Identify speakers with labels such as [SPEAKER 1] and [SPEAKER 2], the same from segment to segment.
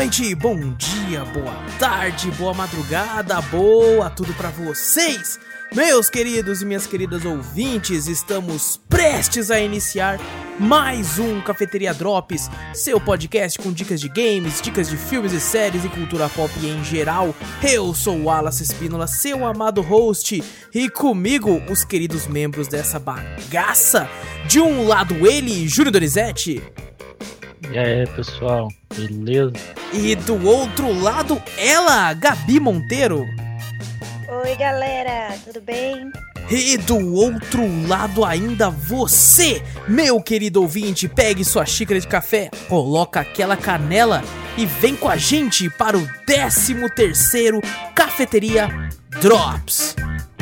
[SPEAKER 1] noite, bom dia, boa tarde, boa madrugada, boa tudo pra vocês. Meus queridos e minhas queridas ouvintes, estamos prestes a iniciar mais um Cafeteria Drops, seu podcast com dicas de games, dicas de filmes e séries e cultura pop em geral. Eu sou o Wallace Espínola, seu amado host, e comigo os queridos membros dessa bagaça. De um lado ele, Júnior Donizete.
[SPEAKER 2] E aí, pessoal, beleza?
[SPEAKER 1] E do outro lado ela, Gabi Monteiro.
[SPEAKER 3] Oi galera, tudo bem?
[SPEAKER 1] E do outro lado ainda você, meu querido ouvinte, pegue sua xícara de café, coloca aquela canela e vem com a gente para o 13º Cafeteria Drops.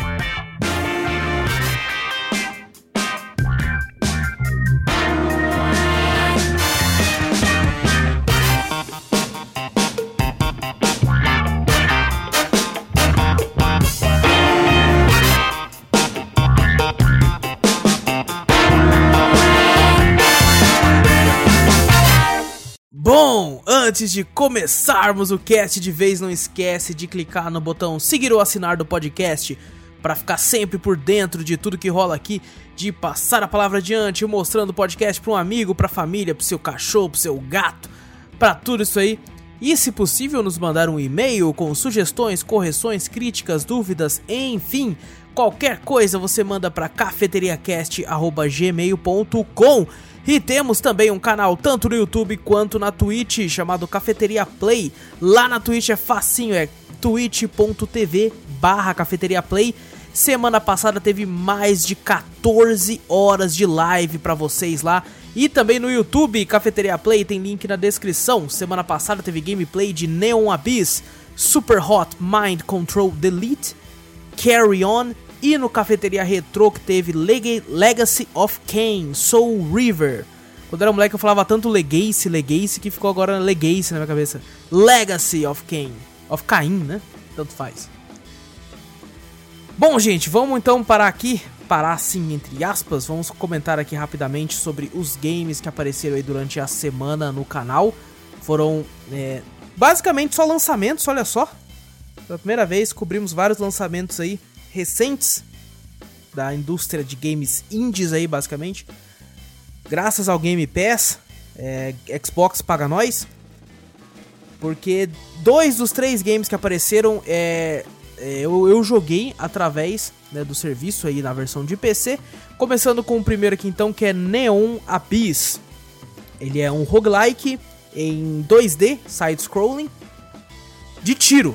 [SPEAKER 1] Bom, antes de começarmos o cast de vez, não esquece de clicar no botão seguir ou assinar do podcast para ficar sempre por dentro de tudo que rola aqui, de passar a palavra adiante, mostrando o podcast para um amigo, para a família, para o seu cachorro, para o seu gato, para tudo isso aí. E se possível nos mandar um e-mail com sugestões, correções, críticas, dúvidas, enfim, qualquer coisa você manda para cafeteriacast@gmail.com. E temos também um canal tanto no YouTube quanto na Twitch chamado Cafeteria Play. Lá na Twitch é facinho, é twitch.tv/cafeteriaplay. Semana passada teve mais de 14 horas de live pra vocês lá. E também no YouTube, Cafeteria Play, tem link na descrição. Semana passada teve gameplay de Neon Abyss, Super Hot Mind Control Delete, Carry On. E no Cafeteria Retro que teve Legacy of Kain, Soul River. Quando era moleque eu falava tanto Legacy que ficou agora Legacy na minha cabeça. Legacy of Kain. Of Cain, né? Tanto faz. Bom, gente, vamos então parar aqui. Parar assim, entre aspas. Vamos comentar aqui rapidamente sobre os games que apareceram aí durante a semana no canal. Foram basicamente só lançamentos, olha só. Pela primeira vez cobrimos vários lançamentos aí recentes da indústria de games indies aí, basicamente. Graças ao Game Pass, Xbox paga nós. Porque 2 dos 3 games que apareceram eu joguei através, né, do serviço aí na versão de PC. Começando com o primeiro aqui então, que é Neon Abyss. Ele é um roguelike em 2D, side-scrolling, de tiro.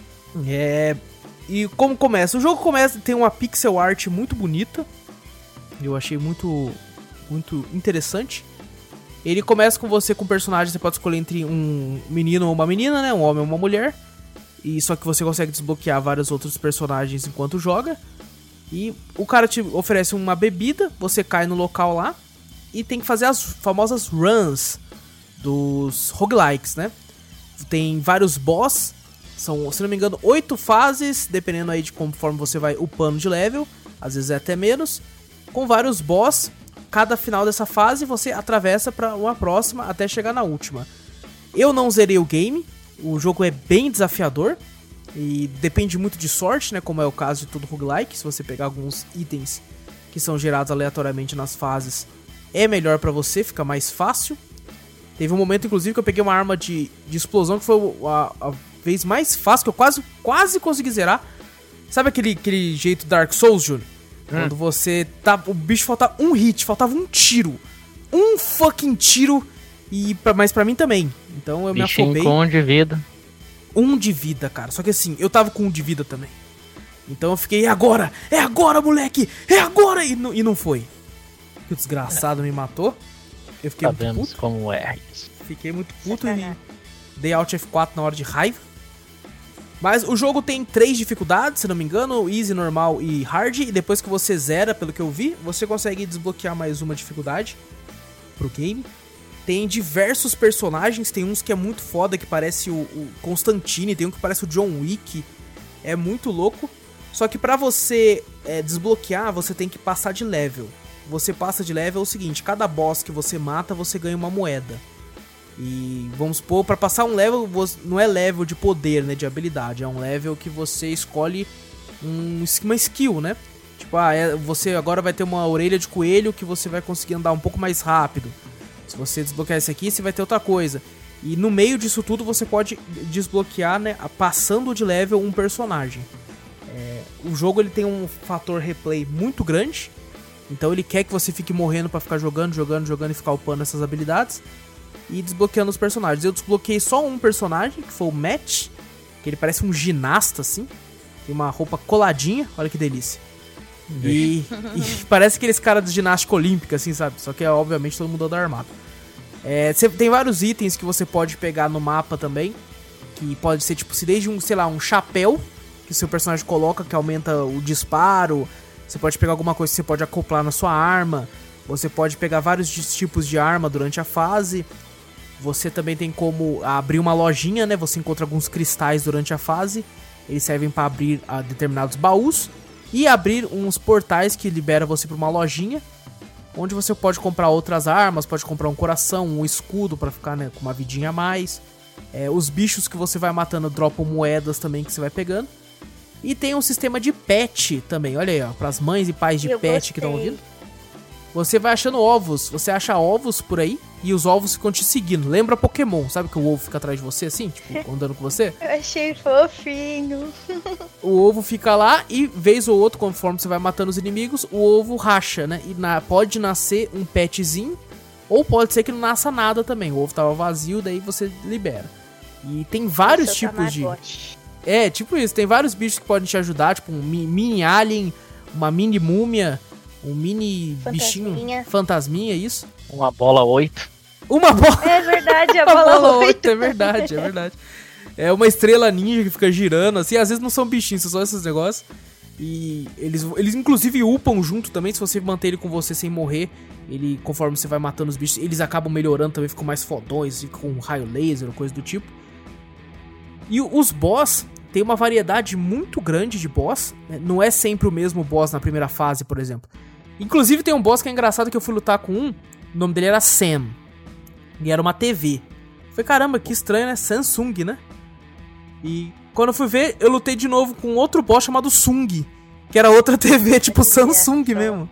[SPEAKER 1] E como começa? O jogo tem uma pixel art muito bonita. Eu achei muito interessante. Ele começa com você com personagens. Você pode escolher entre um menino ou uma menina, né? Um homem ou uma mulher. E só que você consegue desbloquear vários outros personagens enquanto joga. E o cara te oferece uma bebida. Você cai no local lá e tem que fazer as famosas runs dos roguelikes, né? Tem vários boss. São, se não me engano, 8 fases, dependendo aí de conforme você vai upando de level, às vezes é até menos, com vários boss. Cada final dessa fase você atravessa para uma próxima até chegar na última. Eu não zerei o game, o jogo é bem desafiador e depende muito de sorte, né, como é o caso de todo roguelike. Se você pegar alguns itens que são gerados aleatoriamente nas fases, é melhor para você, fica mais fácil. Teve um momento, inclusive, que eu peguei uma arma de explosão que foi a vez mais fácil, que eu quase consegui zerar. Sabe aquele jeito Dark Souls, Júnior? Quando você tá... O bicho faltava um hit, faltava um tiro. Um fucking tiro. Mas pra mim também. Então eu me afobei.
[SPEAKER 2] Com 1 de vida.
[SPEAKER 1] 1 de vida, cara. Só que assim, eu tava com 1 de vida também. Então eu fiquei, é agora, moleque! É agora! E não foi. Que o desgraçado me matou. Eu fiquei muito puto.
[SPEAKER 2] Como é.
[SPEAKER 1] Fiquei muito puto e dei Alt F4 na hora de raiva. Mas o jogo tem 3 dificuldades, se não me engano, Easy, Normal e Hard. E depois que você zera, pelo que eu vi, você consegue desbloquear mais uma dificuldade pro game. Tem diversos personagens, tem uns que é muito foda, que parece o Constantine, tem um que parece o John Wick. É muito louco. Só que pra você desbloquear, você tem que passar de level. Você passa de level é o seguinte, cada boss que você mata, você ganha uma moeda. E vamos supor, pra passar um level, não é level de poder, né, de habilidade, é um level que você escolhe uma skill, né? Tipo, você agora vai ter uma orelha de coelho que você vai conseguir andar um pouco mais rápido. Se você desbloquear esse aqui, você vai ter outra coisa. E no meio disso tudo você pode desbloquear, né, passando de level um personagem. O jogo ele tem um fator replay muito grande, então ele quer que você fique morrendo pra ficar jogando e ficar upando essas habilidades e desbloqueando os personagens. Eu desbloqueei só um personagem, que foi o Matt, que ele parece um ginasta assim, tem uma roupa coladinha, olha que delícia. E parece aqueles caras de ginástica olímpica assim, sabe? Só que obviamente todo mundo anda armado. Tem vários itens que você pode pegar no mapa também, que pode ser tipo, desde um chapéu que seu personagem coloca, que aumenta o disparo. Você pode pegar alguma coisa que você pode acoplar na sua arma. Você pode pegar vários tipos de arma durante a fase. Você também tem como abrir uma lojinha, né? Você encontra alguns cristais durante a fase. Eles servem para abrir determinados baús. E abrir uns portais que libera você para uma lojinha, onde você pode comprar outras armas, pode comprar um coração, um escudo para ficar, né, com uma vidinha a mais. Os bichos que você vai matando dropam moedas também que você vai pegando. E tem um sistema de pet também, olha aí, ó, pras mães e pais de pet que estão ouvindo. Você vai achando ovos, você acha ovos por aí e os ovos ficam te seguindo. Lembra Pokémon, sabe que o ovo fica atrás de você assim, tipo, andando com você?
[SPEAKER 3] Eu achei fofinho.
[SPEAKER 1] O ovo fica lá e, vez ou outro, conforme você vai matando os inimigos, o ovo racha, né? E pode nascer um petzinho, ou pode ser que não nasça nada também. O ovo tava vazio, daí você libera. E tem vários tipos de... tipo isso, tem vários bichos que podem te ajudar, tipo um mini alien, uma mini múmia, um mini bichinho, fantasminha, isso.
[SPEAKER 2] Uma bola 8.
[SPEAKER 1] Uma bola...
[SPEAKER 3] É verdade, a bola 8.
[SPEAKER 1] É verdade. É uma estrela ninja que fica girando, assim, às vezes não são bichinhos, são só esses negócios. E eles inclusive upam junto também, se você manter ele com você sem morrer, conforme você vai matando os bichos, eles acabam melhorando também, ficam mais fodões, ficam com um raio laser ou coisa do tipo. E os boss, tem uma variedade muito grande de boss, né? Não é sempre o mesmo boss na primeira fase, por exemplo. Inclusive tem um boss que é engraçado, que eu fui lutar com o nome dele era Sam, e era uma TV. Foi caramba, que estranho, né? Samsung, né? E quando eu fui ver, eu lutei de novo com outro boss chamado Sung, que era outra TV, tipo Samsung mesmo.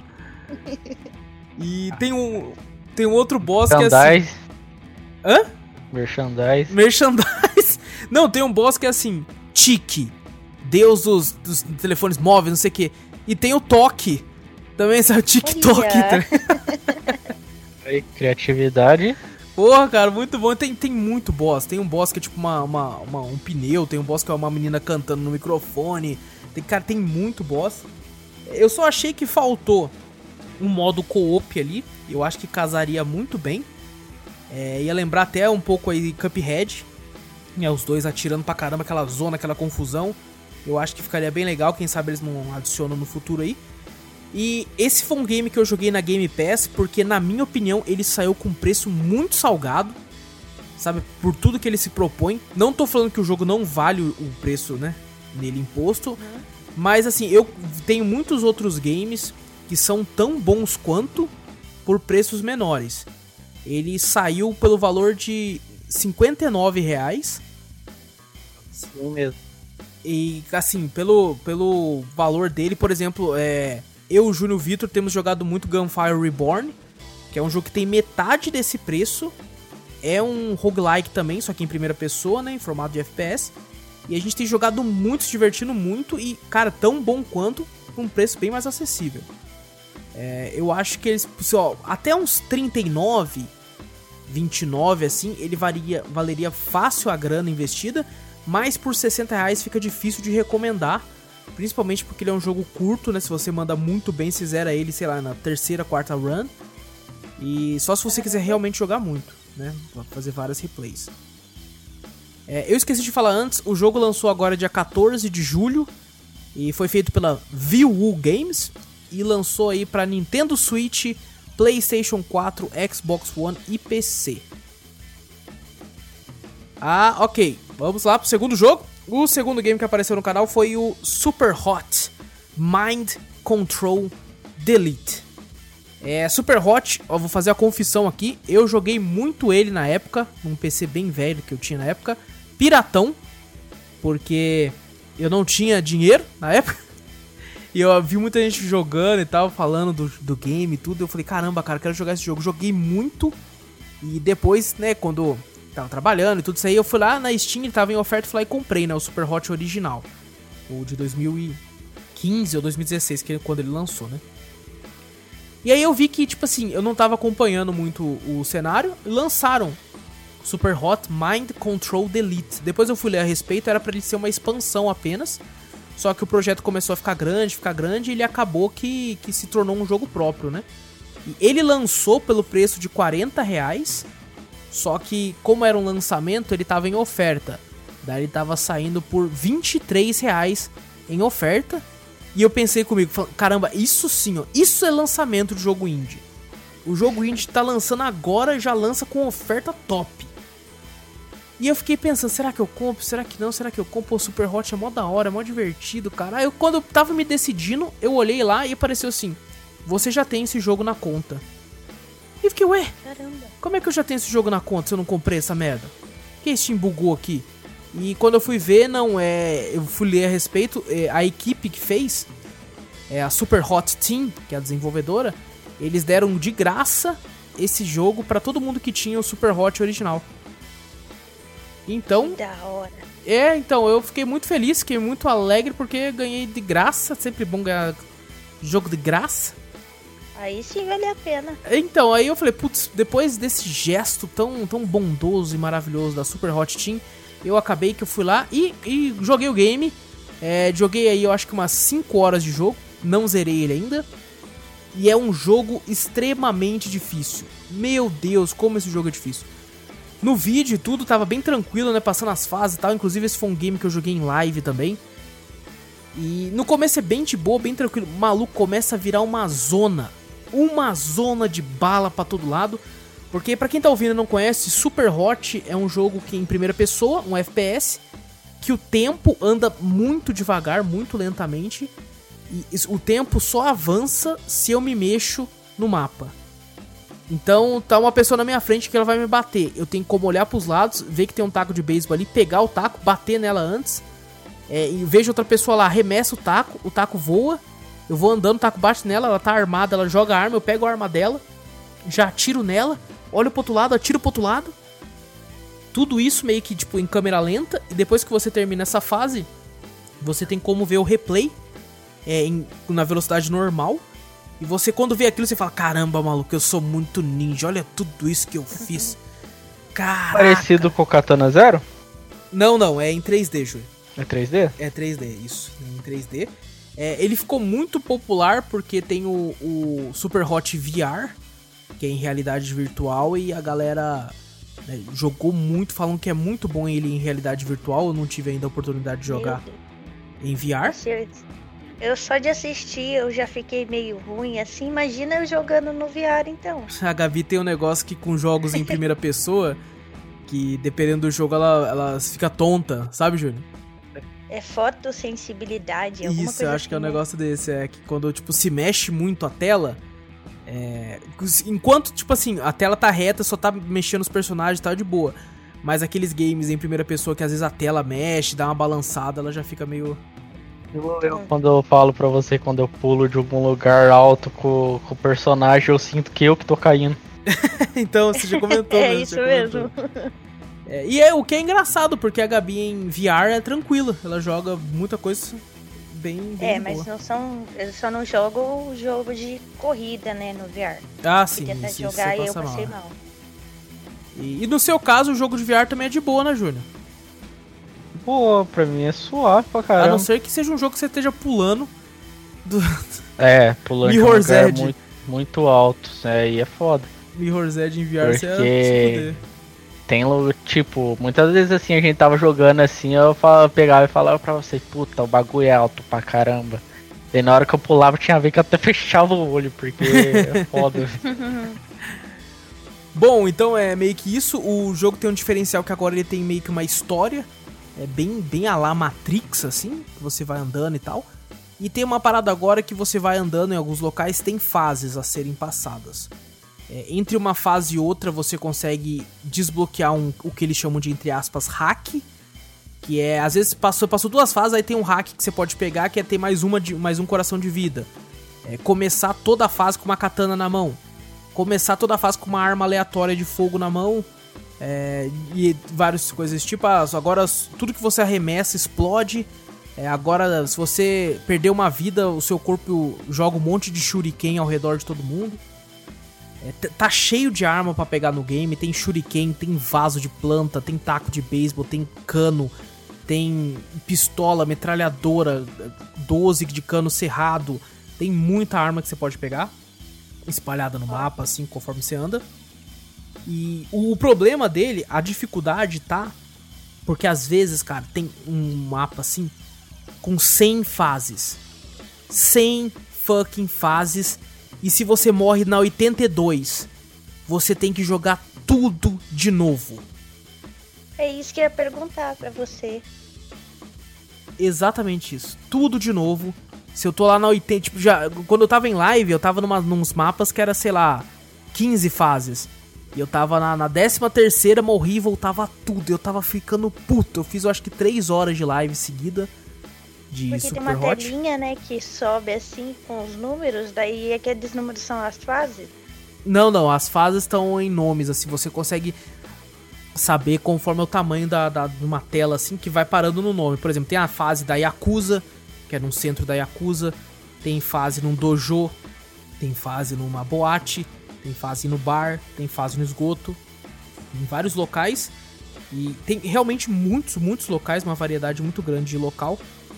[SPEAKER 1] E tem um outro boss que é assim... Hã? Merchandise. Não, tem um boss que é assim, Tiki, deus dos telefones móveis, não sei o que. E tem o Toque, também, sabe? TikTok.
[SPEAKER 2] Aí, criatividade.
[SPEAKER 1] Porra, cara, muito bom. Tem muito boss. Tem um boss que é tipo um pneu. Tem um boss que é uma menina cantando no microfone. Tem muito boss. Eu só achei que faltou um modo co-op ali. Eu acho que casaria muito bem. Ia lembrar até um pouco aí Cuphead. Os dois atirando pra caramba, aquela zona, aquela confusão. Eu acho que ficaria bem legal. Quem sabe eles não adicionam no futuro aí. E esse foi um game que eu joguei na Game Pass, porque na minha opinião ele saiu com um preço muito salgado, sabe, por tudo que ele se propõe. Não tô falando que o jogo não vale o preço, né, nele imposto, mas assim, eu tenho muitos outros games que são tão bons quanto por preços menores. Ele saiu pelo valor de R$59.
[SPEAKER 2] Sim mesmo.
[SPEAKER 1] E assim, pelo valor dele, por exemplo, eu e o Júnior Vitor temos jogado muito Gunfire Reborn, que é um jogo que tem metade desse preço. É um roguelike também, só que em primeira pessoa, né, em formato de FPS. E a gente tem jogado muito, se divertindo muito e, cara, tão bom quanto, com um preço bem mais acessível. Eu acho que eles, até uns 39, 29, assim, ele valeria fácil a grana investida, mas por R$60 fica difícil de recomendar. Principalmente porque ele é um jogo curto, né? Se você manda muito bem, você zera ele, sei lá, na terceira, quarta run. E só se você quiser realmente jogar muito, né? Pra fazer várias replays. Eu esqueci de falar antes, o jogo lançou agora dia 14 de julho. E foi feito pela ViewWoo Games. E lançou aí pra Nintendo Switch, PlayStation 4, Xbox One e PC. Ok. Vamos lá pro segundo jogo. O segundo game que apareceu no canal foi o Super Hot Mind Control Delete. Super Hot, ó, vou fazer a confissão aqui. Eu joguei muito ele na época, num PC bem velho que eu tinha na época. Piratão, porque eu não tinha dinheiro na época. E eu vi muita gente jogando e tal, falando do game e tudo. Eu falei, caramba, cara, eu quero jogar esse jogo. Joguei muito. E depois, né, quando tava trabalhando e tudo isso aí, eu fui lá na Steam, ele tava em oferta, fui lá e comprei, né, o Super Hot original. O de 2015 ou 2016, que é quando ele lançou, né. E aí eu vi que, tipo assim, eu não tava acompanhando muito o cenário. Lançaram Super Hot Mind Control Delete. Depois eu fui ler a respeito, era pra ele ser uma expansão apenas. Só que o projeto começou a ficar grande, e ele acabou que se tornou um jogo próprio, né? E ele lançou pelo preço de R$40, só que como era um lançamento, ele tava em oferta. Daí ele tava saindo por R$23 em oferta. E eu pensei comigo, caramba, isso sim, ó, isso é lançamento de jogo indie. O jogo indie tá lançando agora e já lança com oferta top. E eu fiquei pensando, será que eu compro? Será que não? Será que eu compro? O Super Hot é mó da hora, é mó divertido, cara. Aí quando eu tava me decidindo, eu olhei lá e apareceu assim, você já tem esse jogo na conta. E eu fiquei, ué,
[SPEAKER 3] Caramba.
[SPEAKER 1] como é que eu já tenho esse jogo na conta se eu não comprei essa merda? Que Steam bugou aqui? E quando eu fui ver, eu fui ler a respeito, a equipe que fez, a Super Hot Team, que é a desenvolvedora, eles deram de graça esse jogo pra todo mundo que tinha o Super Hot original. Então,
[SPEAKER 3] Que da hora.
[SPEAKER 1] então eu fiquei muito feliz, fiquei muito alegre porque ganhei de graça, sempre bom ganhar jogo de graça.
[SPEAKER 3] Aí sim vale a pena.
[SPEAKER 1] Então, aí eu falei, putz, depois desse gesto tão bondoso e maravilhoso da Super Hot Team, eu acabei que eu fui lá e joguei o game. Joguei aí, eu acho que umas 5 horas de jogo. Não zerei ele ainda. E é um jogo extremamente difícil. Meu Deus, como esse jogo é difícil. No vídeo e tudo, tava bem tranquilo, né? Passando as fases e tal. Inclusive, esse foi um game que eu joguei em live também. E no começo é bem de boa, bem tranquilo. O maluco começa a virar uma zona. Uma zona de bala pra todo lado. Porque pra quem tá ouvindo e não conhece, Super Hot é um jogo que em primeira pessoa, um FPS, que o tempo anda muito devagar, muito lentamente. E o tempo só avança se eu me mexo no mapa. Então tá uma pessoa na minha frente que ela vai me bater. Eu tenho como olhar pros lados, ver que tem um taco de beisebol ali, pegar o taco, bater nela antes. E vejo outra pessoa lá, arremessa o taco voa. Eu vou andando, o taco bate nela, ela tá armada, ela joga a arma, eu pego a arma dela, já atiro nela. Olho pro outro lado, atiro pro outro lado. Tudo isso meio que tipo em câmera lenta. E depois que você termina essa fase, você tem como ver o replay na velocidade normal. E você quando vê aquilo, você fala, caramba, maluco, eu sou muito ninja. Olha tudo isso que eu fiz. Caraca.
[SPEAKER 2] Parecido com o Katana Zero?
[SPEAKER 1] Não, é em 3D, Júlio.
[SPEAKER 2] É 3D?
[SPEAKER 1] É 3D, isso, em 3D. Ele ficou muito popular porque tem o Super Hot VR, que é em realidade virtual, e a galera jogou muito, falando que é muito bom ele em realidade virtual. Eu não tive ainda a oportunidade de jogar em VR.
[SPEAKER 3] Eu só de assistir eu já fiquei meio ruim, assim, imagina eu jogando no VR então.
[SPEAKER 1] A Gabi tem um negócio que com jogos em primeira pessoa, que dependendo do jogo ela fica tonta, sabe, Júlio?
[SPEAKER 3] É fotossensibilidade, alguma
[SPEAKER 1] Isso,
[SPEAKER 3] coisa
[SPEAKER 1] eu acho
[SPEAKER 3] assim,
[SPEAKER 1] que é um
[SPEAKER 3] né?
[SPEAKER 1] negócio desse, que quando, tipo, se mexe muito a tela, enquanto, tipo assim, a tela tá reta, só tá mexendo os personagens e tá de boa, mas aqueles games em primeira pessoa que às vezes a tela mexe, dá uma balançada, ela já fica meio...
[SPEAKER 2] Quando eu falo pra você, quando eu pulo de algum lugar alto com o personagem, eu sinto que eu que tô caindo.
[SPEAKER 1] Então, você já comentou,
[SPEAKER 3] É
[SPEAKER 1] né?
[SPEAKER 3] isso
[SPEAKER 1] Você já
[SPEAKER 3] mesmo.
[SPEAKER 1] comentou. O que é engraçado, porque a Gabi em VR é tranquila, ela joga muita coisa bem de
[SPEAKER 3] Mas
[SPEAKER 1] boa.
[SPEAKER 3] eu só não jogo o jogo de corrida, né, no VR.
[SPEAKER 1] Ah, sim,
[SPEAKER 3] Fui tentar
[SPEAKER 1] isso
[SPEAKER 3] jogar
[SPEAKER 1] você
[SPEAKER 3] e eu
[SPEAKER 1] passa
[SPEAKER 3] passei
[SPEAKER 1] mal.
[SPEAKER 3] mal.
[SPEAKER 1] E no seu caso, o jogo de VR também é de boa, né, Júnior?
[SPEAKER 2] Pô, pra mim é suave pra
[SPEAKER 1] A
[SPEAKER 2] caramba.
[SPEAKER 1] não ser que seja um jogo que você esteja pulando
[SPEAKER 2] Pulando de
[SPEAKER 1] Mirror's
[SPEAKER 2] lugar
[SPEAKER 1] Edge.
[SPEAKER 2] muito, muito alto, aí é foda.
[SPEAKER 1] Mirror's Edge em VR, você ia se
[SPEAKER 2] Porque
[SPEAKER 1] fuder.
[SPEAKER 2] tem, tipo, muitas vezes assim a gente tava jogando assim, eu pegava e falava pra você, puta, o bagulho é alto pra caramba. E na hora que eu pulava tinha a ver que eu até fechava o olho, porque é foda.
[SPEAKER 1] Bom, então é meio que isso. O jogo tem um diferencial que agora ele tem meio que uma história. É bem a lá Matrix, assim, que você vai andando e tal. E tem uma parada agora que você vai andando em alguns locais, tem fases a serem passadas. Entre uma fase e outra você consegue desbloquear o que eles chamam de, entre aspas, hack. Que é, às vezes passou 2 fases, aí tem um hack que você pode pegar, que é ter mais um coração de vida. Começar toda a fase com uma katana na mão. Começar toda a fase com uma arma aleatória de fogo na mão. E várias coisas, tipo, agora tudo que você arremessa explode. Agora, se você perder uma vida, o seu corpo joga um monte de shuriken ao redor de todo mundo. Tá cheio de arma pra pegar no game. Tem shuriken, tem vaso de planta, tem taco de beisebol, tem cano, tem pistola, metralhadora, 12 de cano cerrado. Tem muita arma que você pode pegar, espalhada no mapa, assim, conforme você anda. E o problema dele, a dificuldade, tá? Porque às vezes, cara, tem um mapa assim com 100 fases. 100 fucking fases. E se você morre na 82, você tem que jogar tudo de novo.
[SPEAKER 3] É isso que eu ia perguntar pra você.
[SPEAKER 1] Exatamente isso. Tudo de novo. Se eu tô lá na 80... Tipo, quando eu tava em live, eu tava nos mapas que era, sei lá, 15 fases. E eu tava na 13ª, morri e voltava tudo. Eu tava ficando puto. Eu fiz, eu acho que 3 horas de live seguida de
[SPEAKER 3] Porque
[SPEAKER 1] Super
[SPEAKER 3] tem uma
[SPEAKER 1] Hot.
[SPEAKER 3] telinha, né, que sobe assim com os números, daí aqueles números são as fases?
[SPEAKER 1] Não, as fases estão em nomes, assim, você consegue saber conforme o tamanho de uma tela, assim, que vai parando no nome. Por exemplo, tem a fase da Yakuza, que é num centro da Yakuza, tem fase num dojo, tem fase numa boate, tem fase no bar, tem fase no esgoto, em vários locais. E tem realmente muitos locais, uma variedade muito grande de local.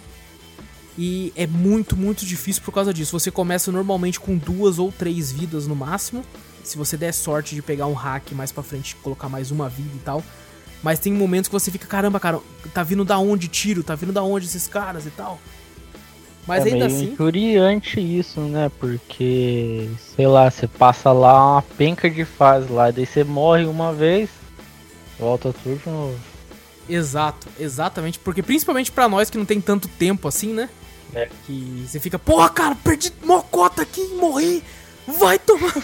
[SPEAKER 1] E é muito difícil por causa disso. Você começa normalmente com 2 ou 3 vidas no máximo. Se você der sorte de pegar um hack mais pra frente, colocar mais uma vida e tal. Mas tem momentos que você fica, caramba, cara, tá vindo da onde tiro? Tá vindo da onde esses caras e tal? Mas ainda assim... É meio
[SPEAKER 2] infuriante isso, né? Porque, sei lá, você passa lá uma penca de fase lá, daí você morre uma vez, volta tudo de novo.
[SPEAKER 1] Exatamente. Porque principalmente pra nós que não tem tanto tempo assim, né? Que você fica, porra, cara, perdi mocota aqui, morri, vai tomar.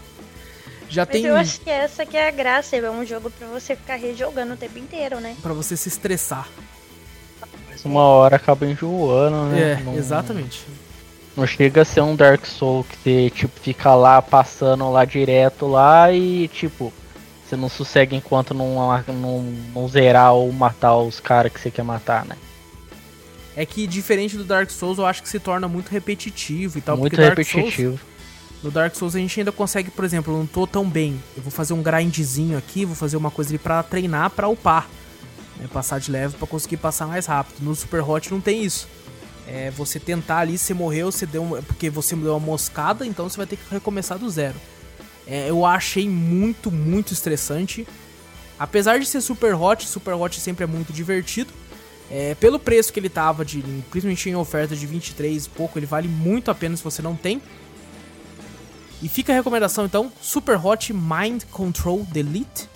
[SPEAKER 3] Mas eu acho que essa que é a graça, é um jogo pra você ficar rejogando o tempo inteiro, né?
[SPEAKER 1] Pra você se estressar.
[SPEAKER 2] Mas uma hora acaba enjoando, né?
[SPEAKER 1] Exatamente.
[SPEAKER 2] Não chega a ser um Dark Souls que você, tipo, fica lá passando lá direto lá e, tipo, você não sossega enquanto não zerar ou matar os caras que você quer matar, né?
[SPEAKER 1] É que diferente do Dark Souls, eu acho que se torna muito repetitivo e tal.
[SPEAKER 2] Muito
[SPEAKER 1] porque
[SPEAKER 2] repetitivo.
[SPEAKER 1] No Dark Souls a gente ainda consegue, por exemplo, eu não tô tão bem, eu vou fazer um grindzinho aqui, vou fazer uma coisa ali pra treinar, pra upar, né? Passar de level pra conseguir passar mais rápido. No Super Hot não tem isso. Você tentar ali, você morreu, porque você deu uma moscada, então você vai ter que recomeçar do zero. Eu achei muito estressante. Apesar de ser Super Hot sempre é muito divertido. Pelo preço que ele tava, principalmente em oferta de 23 e pouco, ele vale muito a pena se você não tem. E fica a recomendação então, Super Hot Mind Control Delete.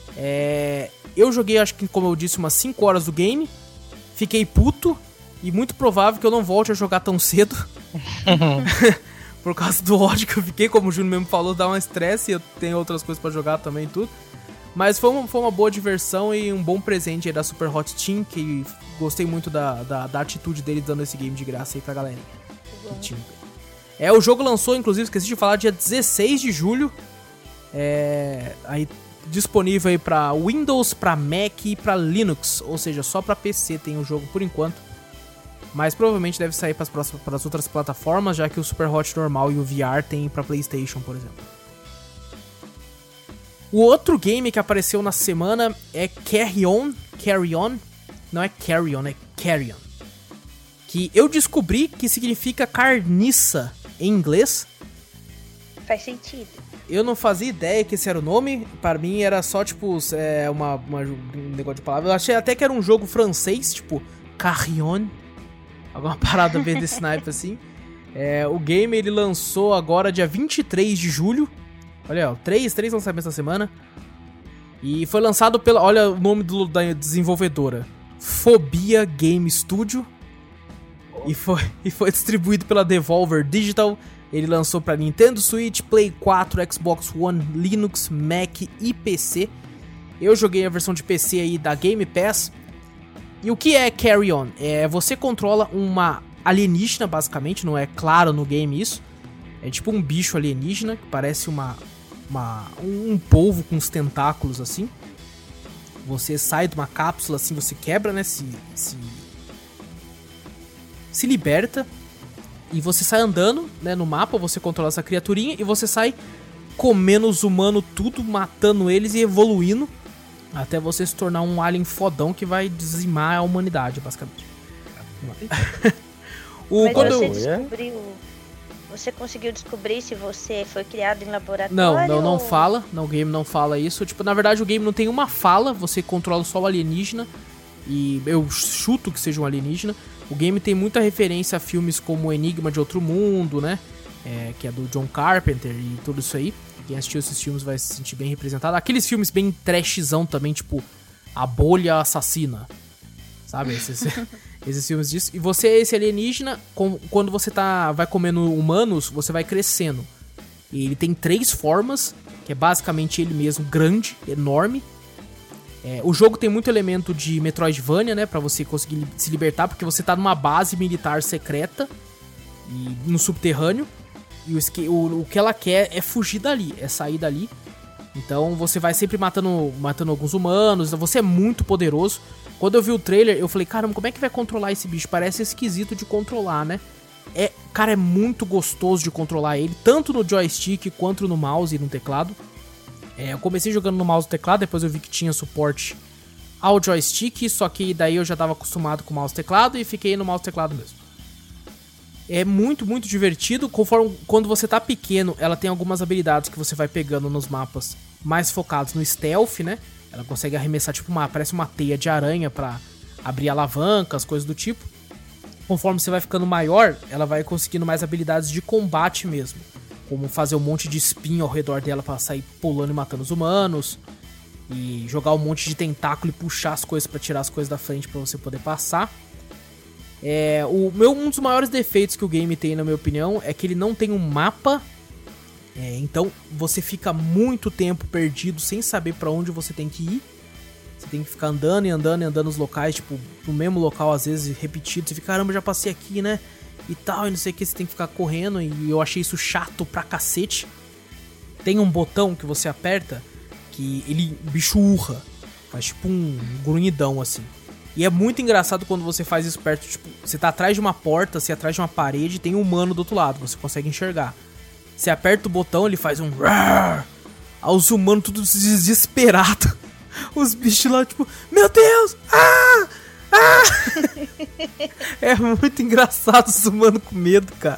[SPEAKER 1] Eu joguei, acho que como eu disse, umas 5 horas do game. Fiquei puto. E muito provável que eu não volte a jogar tão cedo. Por causa do ódio que eu fiquei, como o Júnior mesmo falou, dá um estresse. E eu tenho outras coisas pra jogar também e tudo. Mas foi uma boa diversão e um bom presente aí da Super Hot Team, que gostei muito da atitude deles dando esse game de graça aí pra galera. O jogo lançou, inclusive, esqueci de falar, dia 16 de julho. Aí disponível aí pra Windows, pra Mac e pra Linux. Ou seja, só pra PC tem o jogo por enquanto. Mas provavelmente deve sair pras outras plataformas, já que o Super Hot normal e o VR tem pra PlayStation, por exemplo. O outro game que apareceu na semana é Carry On. Não é Carry On, é Carry On. Que eu descobri que significa carniça em inglês.
[SPEAKER 3] Faz sentido.
[SPEAKER 1] Eu não fazia ideia que esse era o nome. Para mim era só, tipo, um negócio de palavra. Eu achei até que era um jogo francês, tipo, Carry On. Alguma parada bem desse naipe assim. O game ele lançou agora dia 23 de julho. Olha, ó, 3 lançamentos na semana. E foi lançado pela... Olha o nome da desenvolvedora. Phobia Game Studio. E foi distribuído pela Devolver Digital. Ele lançou para Nintendo Switch, Play 4, Xbox One, Linux, Mac e PC. Eu joguei a versão de PC aí da Game Pass. E o que é Carry On? Você controla uma alienígena, basicamente, não é claro no game isso. É tipo um bicho alienígena, que parece um polvo com os tentáculos assim. Você sai de uma cápsula assim, você quebra, né? Se liberta. E você sai andando, né, no mapa, você controla essa criaturinha e você sai comendo os humanos tudo, matando eles e evoluindo até você se tornar um alien fodão que vai dizimar a humanidade, basicamente.
[SPEAKER 3] Você conseguiu descobrir se você foi criado em laboratório?
[SPEAKER 1] Não fala. O game não fala isso. Tipo, na verdade o game não tem uma fala, você controla só o alienígena. E eu chuto que seja um alienígena. O game tem muita referência a filmes como Enigma de Outro Mundo, né? Que é do John Carpenter e tudo isso aí. Quem assistiu esses filmes vai se sentir bem representado. Aqueles filmes bem trashzão também, tipo A Bolha Assassina. Sabe? Esses filmes disso. E você é esse alienígena, quando você vai comendo humanos, você vai crescendo. E ele tem 3 formas, que é basicamente ele mesmo, grande, enorme. O jogo tem muito elemento de Metroidvania, né? Pra você conseguir se libertar, porque você tá numa base militar secreta e no subterrâneo. E o que ela quer é fugir dali, é sair dali. Então você vai sempre matando alguns humanos. Você é muito poderoso. Quando eu vi o trailer, eu falei, caramba, como é que vai controlar esse bicho? Parece esquisito de controlar, né? Cara, é muito gostoso de controlar ele, tanto no joystick quanto no mouse e no teclado. Eu comecei jogando no mouse e teclado, depois eu vi que tinha suporte ao joystick, só que daí eu já tava acostumado com o mouse e teclado e fiquei no mouse e teclado mesmo. É muito, muito divertido. Quando você tá pequeno, ela tem algumas habilidades que você vai pegando nos mapas mais focados no stealth, né? Ela consegue arremessar, tipo, parece uma teia de aranha pra abrir alavancas, coisas do tipo. Conforme você vai ficando maior, ela vai conseguindo mais habilidades de combate mesmo. Como fazer um monte de espinho ao redor dela pra sair pulando e matando os humanos. E jogar um monte de tentáculo e puxar as coisas pra tirar as coisas da frente pra você poder passar. Um dos maiores defeitos que o game tem, na minha opinião, é que ele não tem um mapa. Então você fica muito tempo perdido sem saber pra onde você tem que ir. Você tem que ficar andando nos locais, tipo, no mesmo local, às vezes repetido. Você fica, caramba, já passei aqui, né? E tal, e não sei o que, você tem que ficar correndo. E eu achei isso chato pra cacete. Tem um botão que você aperta que o bicho urra. Faz tipo um grunhidão assim. E é muito engraçado quando você faz isso perto, tipo, você tá atrás de uma porta, você atrás de uma parede, tem um humano do outro lado, você consegue enxergar. Você aperta o botão, ele faz um rar. Aí os humanos tudo desesperado. Os bichos lá, tipo, meu Deus! É muito engraçado os humanos com medo, cara.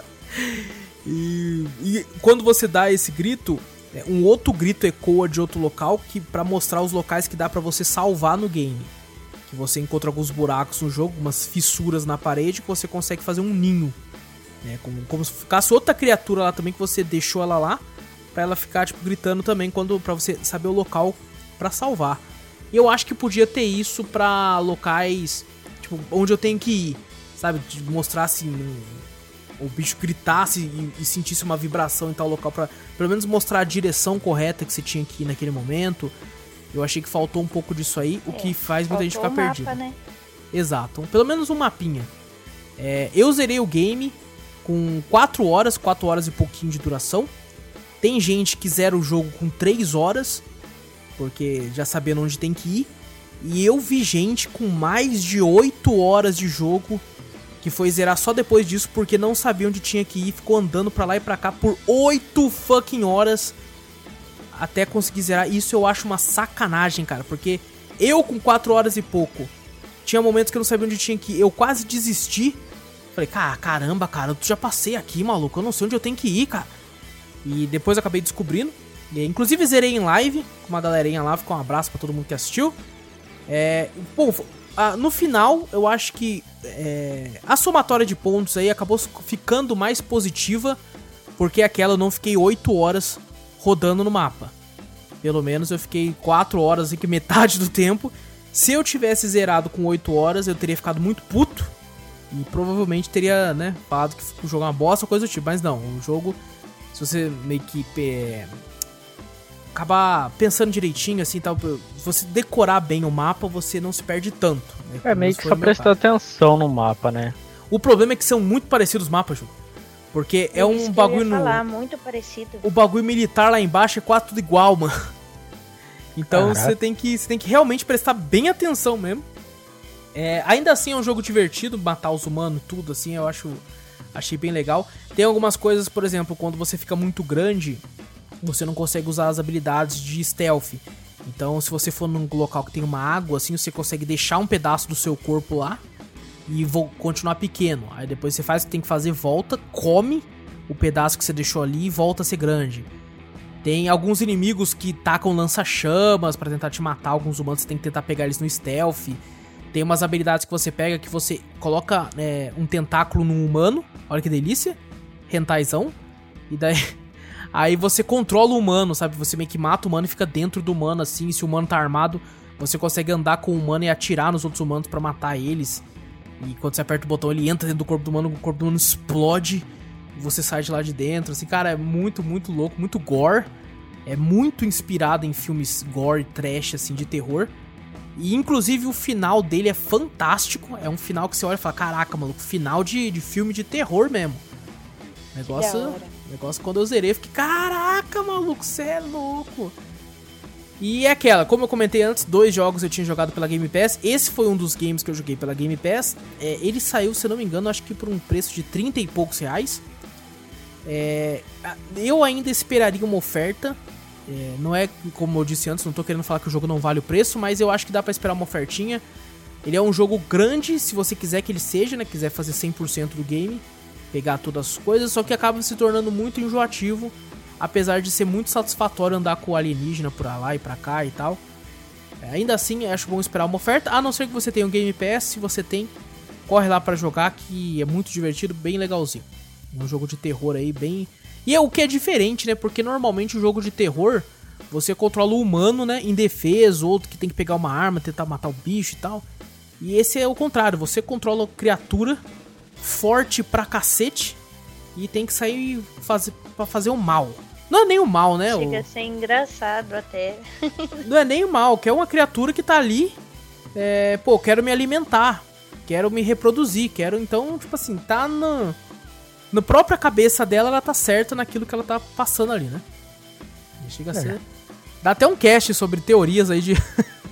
[SPEAKER 1] E quando você dá esse grito, um outro grito ecoa de outro local pra mostrar os locais que dá pra você salvar no game. Que você encontra alguns buracos no jogo, umas fissuras na parede que você consegue fazer um ninho. Como se ficasse outra criatura lá também, que você deixou ela lá pra ela ficar, tipo, gritando também pra você saber o local pra salvar. E eu acho que podia ter isso pra locais, tipo, onde eu tenho que ir, sabe? De mostrar assim, o bicho gritasse e sentisse uma vibração em tal local pra pelo menos mostrar a direção correta que você tinha que ir naquele momento. Eu achei que faltou um pouco disso aí, o que faz muita gente ficar perdida. Né? Exato, pelo menos um mapinha. Eu zerei o game com 4 horas e pouquinho de duração. Tem gente que zera o jogo com 3 horas, porque já sabendo onde tem que ir. E eu vi gente com mais de 8 horas de jogo que foi zerar só depois disso, porque não sabia onde tinha que ir, ficou andando pra lá e pra cá por 8 fucking horas até conseguir zerar. Isso eu acho uma sacanagem, cara, porque eu com 4 horas e pouco tinha momentos que eu não sabia onde tinha que ir, eu quase desisti. Falei, caramba, cara, eu já passei aqui, maluco, eu não sei onde eu tenho que ir, cara. E depois eu acabei descobrindo. E, inclusive zerei em live com uma galerinha lá, ficou um abraço pra todo mundo que assistiu. Bom, no final eu acho que a somatória de pontos aí acabou ficando mais positiva, porque aquela eu não fiquei 8 horas rodando no mapa. Pelo menos eu fiquei 4 horas, assim, que metade do tempo. Se eu tivesse zerado com 8 horas, eu teria ficado muito puto. E provavelmente teria, né, falado que o jogo é uma bosta ou coisa do tipo. Mas não, o jogo, se você meio que acabar pensando direitinho, assim, tal, se você decorar bem o mapa, você não se perde tanto. Né,
[SPEAKER 2] É meio que só prestar atenção no mapa, né?
[SPEAKER 1] O problema é que são muito parecidos os mapas, Ju. Porque é um bagulho
[SPEAKER 3] muito parecido.
[SPEAKER 1] O bagulho militar lá embaixo é quase tudo igual, mano. Então você tem que realmente prestar bem atenção mesmo. Ainda assim é um jogo divertido, matar os humanos, tudo assim, achei bem legal. Tem algumas coisas, por exemplo, quando você fica muito grande, você não consegue usar as habilidades de stealth. Então, se você for num local que tem uma água, assim, você consegue deixar um pedaço do seu corpo lá e continuar pequeno. Aí depois você faz o que tem que fazer, volta, come o pedaço que você deixou ali e volta a ser grande. Tem alguns inimigos que tacam lança-chamas pra tentar te matar, alguns humanos você tem que tentar pegar eles no stealth. Tem umas habilidades que você pega que você coloca um tentáculo num humano. Olha que delícia. Hentaizão. E daí... Aí você controla o humano, sabe? Você meio que mata o humano e fica dentro do humano, assim. E se o humano tá armado, você consegue andar com o humano e atirar nos outros humanos pra matar eles. E quando você aperta o botão, ele entra dentro do corpo do humano, o corpo do humano explode. E você sai de lá de dentro. Assim, cara, é muito, muito louco. Muito gore. É muito inspirado em filmes gore, trash, assim, de terror. E inclusive o final dele é fantástico. É um final que você olha e fala, caraca, maluco, final de filme de terror mesmo. Negócio quando eu zerei, eu fiquei, caraca, maluco, você é louco. E é aquela, como eu comentei antes, 2 jogos eu tinha jogado pela Game Pass. Esse foi um dos games que eu joguei pela Game Pass. Ele saiu, se eu não me engano, acho que por um preço de 30 e poucos reais. Eu ainda esperaria uma oferta. Não é como eu disse antes, não tô querendo falar que o jogo não vale o preço, mas eu acho que dá pra esperar uma ofertinha. Ele é um jogo grande, se você quiser que ele seja, né? Quiser fazer 100% do game, pegar todas as coisas, só que acaba se tornando muito enjoativo, apesar de ser muito satisfatório andar com o alienígena por lá e pra cá e tal. Ainda assim, acho bom esperar uma oferta, a não ser que você tenha um Game Pass. Se você tem, corre lá pra jogar, que é muito divertido, bem legalzinho. Um jogo de terror aí, bem... E é o que é diferente, né? Porque normalmente o jogo de terror, você controla o humano, né? Indefeso, outro que tem que pegar uma arma, tentar matar o bicho e tal. E esse é o contrário, você controla a criatura forte pra cacete e tem que sair pra fazer o mal. Não é nem o mal, né?
[SPEAKER 3] Chega a ser engraçado até.
[SPEAKER 1] Não é nem o mal, que é uma criatura que tá ali. Quero me alimentar, quero me reproduzir, então, tipo assim, tá na própria cabeça dela, ela tá certa naquilo que ela tá passando ali, né? Chega a ser... Dá até um cast sobre teorias aí de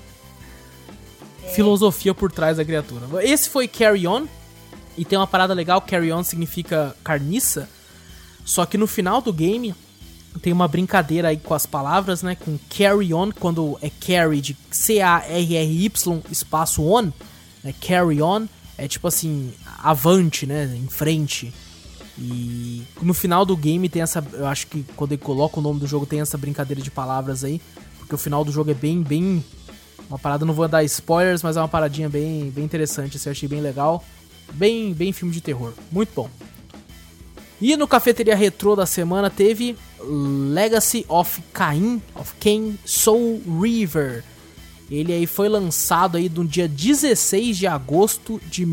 [SPEAKER 1] filosofia por trás da criatura. Esse foi Carry On. E tem uma parada legal, Carry On significa carniça. Só que no final do game tem uma brincadeira aí com as palavras, né? Com Carry On, quando é carry de C-A-R-R-Y espaço on, né? Carry On é tipo assim, avante, né? Em frente. E no final do game tem essa... Eu acho que quando ele coloca o nome do jogo tem essa brincadeira de palavras aí. Porque o final do jogo é bem... Uma parada, não vou dar spoilers, mas é uma paradinha bem interessante. Assim, eu achei bem legal. Bem filme de terror. Muito bom. E no Cafeteria Retrô da semana teve Legacy of Kain Soul River. Ele aí foi lançado aí no dia 16 de agosto de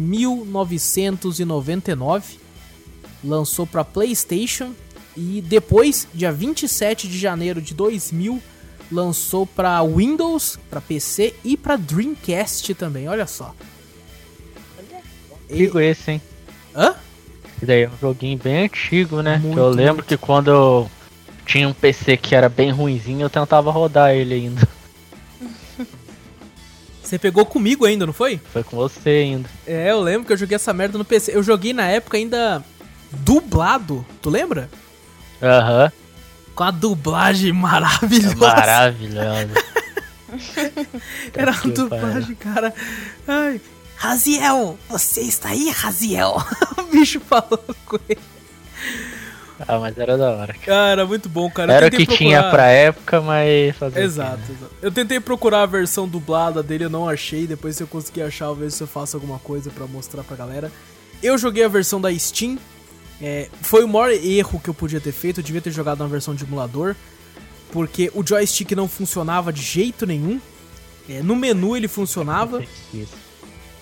[SPEAKER 1] 1999. Lançou para PlayStation e depois, dia 27 de janeiro de 2000, lançou para Windows, para PC e para Dreamcast também, olha só.
[SPEAKER 2] Antigo esse, hein?
[SPEAKER 1] Hã?
[SPEAKER 2] Esse daí é um joguinho bem antigo, né?
[SPEAKER 1] Muito,
[SPEAKER 2] que eu lembro que quando eu tinha um PC que era bem ruinzinho, eu tentava rodar ele ainda.
[SPEAKER 1] Você pegou comigo ainda, não foi?
[SPEAKER 2] Foi com você ainda.
[SPEAKER 1] Eu lembro que eu joguei essa merda no PC. Eu joguei na época ainda dublado, tu lembra?
[SPEAKER 2] Aham.
[SPEAKER 1] Com a dublagem maravilhosa.
[SPEAKER 2] Maravilhosa.
[SPEAKER 1] Era uma dublagem, cara. Ai, Raziel, você está aí, Raziel? O bicho falando com ele.
[SPEAKER 2] Ah, mas era da hora.
[SPEAKER 1] Cara, muito bom, cara.
[SPEAKER 2] Era o que tinha pra época, mas...
[SPEAKER 1] Exato. Eu tentei procurar a versão dublada dele, eu não achei. Depois, se eu conseguir achar, eu vejo se eu faço alguma coisa pra mostrar pra galera. Eu joguei a versão da Steam. Foi o maior erro que eu podia ter feito. Eu devia ter jogado na versão de emulador, porque o joystick não funcionava de jeito nenhum. No menu ele funcionava.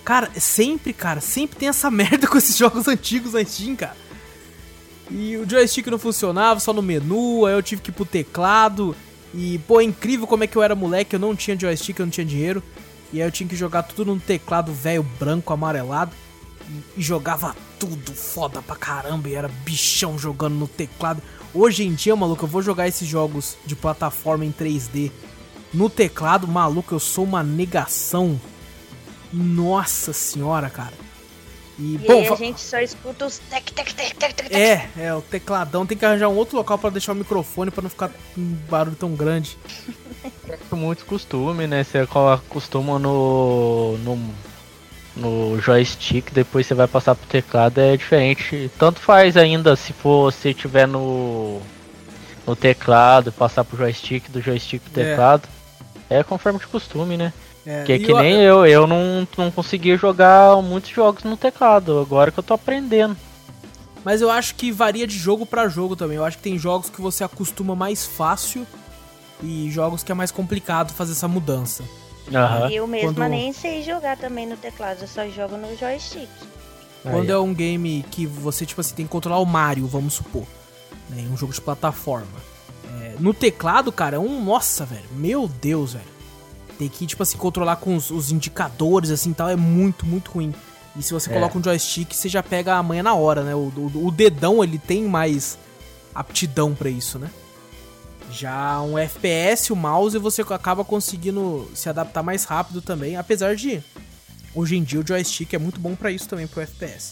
[SPEAKER 1] Cara, sempre tem essa merda com esses jogos antigos na Steam, cara. E o joystick não funcionava, só no menu, aí eu tive que ir pro teclado. E, pô, é incrível como é que eu era moleque, eu não tinha joystick, eu não tinha dinheiro. E aí eu tinha que jogar tudo num teclado velho, branco, amarelado. E jogava tudo foda pra caramba, e era bichão jogando no teclado. Hoje em dia, maluco, eu vou jogar esses jogos de plataforma em 3D no teclado, maluco, eu sou uma negação. Nossa senhora, cara.
[SPEAKER 3] E bom, aí a gente só escuta os tec.
[SPEAKER 1] É, o tecladão. Tem que arranjar um outro local pra deixar o microfone pra não ficar um barulho tão grande.
[SPEAKER 2] É muito costume, né? Você acostuma no joystick, depois você vai passar pro teclado, é diferente. Tanto faz ainda se você tiver no teclado, passar pro joystick, do joystick pro teclado. É conforme de costume, né? Porque que nem eu não conseguia jogar muitos jogos no teclado, agora que eu tô aprendendo.
[SPEAKER 1] Mas eu acho que varia de jogo pra jogo também. Eu acho que tem jogos que você acostuma mais fácil e jogos que é mais complicado fazer essa mudança.
[SPEAKER 3] Uhum. Eu mesma nem sei jogar também no teclado, eu só jogo no joystick.
[SPEAKER 1] Quando é um game que você, tipo assim, tem que controlar o Mario, vamos supor, né, um jogo de plataforma. No teclado, cara, nossa, velho, meu Deus, velho. Tem que, tipo assim, controlar com os indicadores, assim, tal, é muito, muito ruim. E se você coloca um joystick, você já pega a manha na hora, né? O dedão, ele tem mais aptidão pra isso, né? Já um FPS, o mouse, você acaba conseguindo se adaptar mais rápido também. Apesar de, hoje em dia, o joystick é muito bom pra isso também, pro FPS.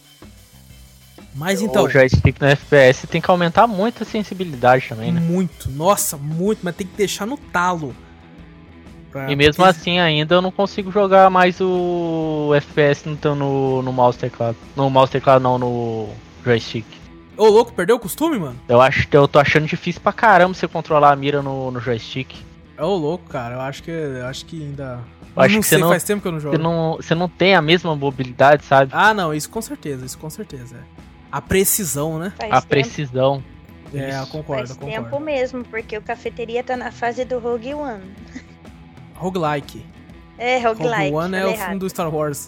[SPEAKER 1] Mas então...
[SPEAKER 2] O joystick no FPS tem que aumentar muito a sensibilidade também, né?
[SPEAKER 1] Muito, nossa, muito, mas tem que deixar no talo.
[SPEAKER 2] E mesmo assim ainda eu não consigo jogar mais o FPS no mouse teclado. No mouse teclado não, no joystick.
[SPEAKER 1] Ô, louco, perdeu o costume, mano?
[SPEAKER 2] Eu tô achando difícil pra caramba você controlar a mira no joystick.
[SPEAKER 1] Ô, louco, cara, eu acho que ainda...
[SPEAKER 2] Eu acho que
[SPEAKER 1] sei, faz tempo que eu não jogo.
[SPEAKER 2] Você não tem a mesma mobilidade, sabe?
[SPEAKER 1] Ah, não, isso com certeza. A precisão, né?
[SPEAKER 2] Precisão.
[SPEAKER 1] Eu concordo,
[SPEAKER 3] Faz tempo mesmo, porque o Cafeteria tá na fase do Rogue One.
[SPEAKER 1] Roguelike.
[SPEAKER 3] Roguelike.
[SPEAKER 1] Rogue One é o filme do Star Wars.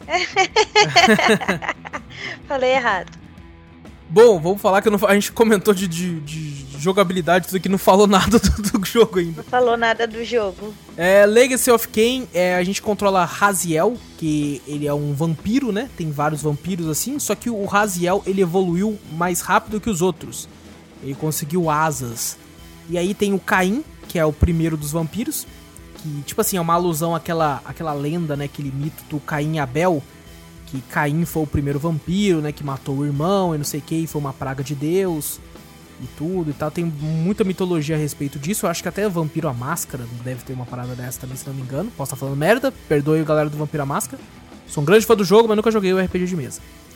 [SPEAKER 3] Falei errado.
[SPEAKER 1] Bom, vamos falar que a gente comentou de jogabilidade, tudo aqui, não falou nada do jogo ainda.
[SPEAKER 3] Não falou nada do jogo.
[SPEAKER 1] Legacy of Kain, a gente controla Raziel, que ele é um vampiro, né? Tem vários vampiros assim, só que o Raziel, ele evoluiu mais rápido que os outros. Ele conseguiu asas. E aí tem o Caim, que é o primeiro dos vampiros, que, tipo assim, é uma alusão àquela lenda, né? Aquele mito do Caim e Abel, que Caim foi o primeiro vampiro, né? Que matou o irmão e não sei o que, e foi uma praga de Deus e tudo e tal. Tem muita mitologia a respeito disso. Eu acho que até Vampiro à Máscara deve ter uma parada dessa também, se não me engano. Posso estar falando merda, perdoe o galera do Vampiro à Máscara. Sou um grande fã do jogo, mas nunca joguei o RPG de mesa.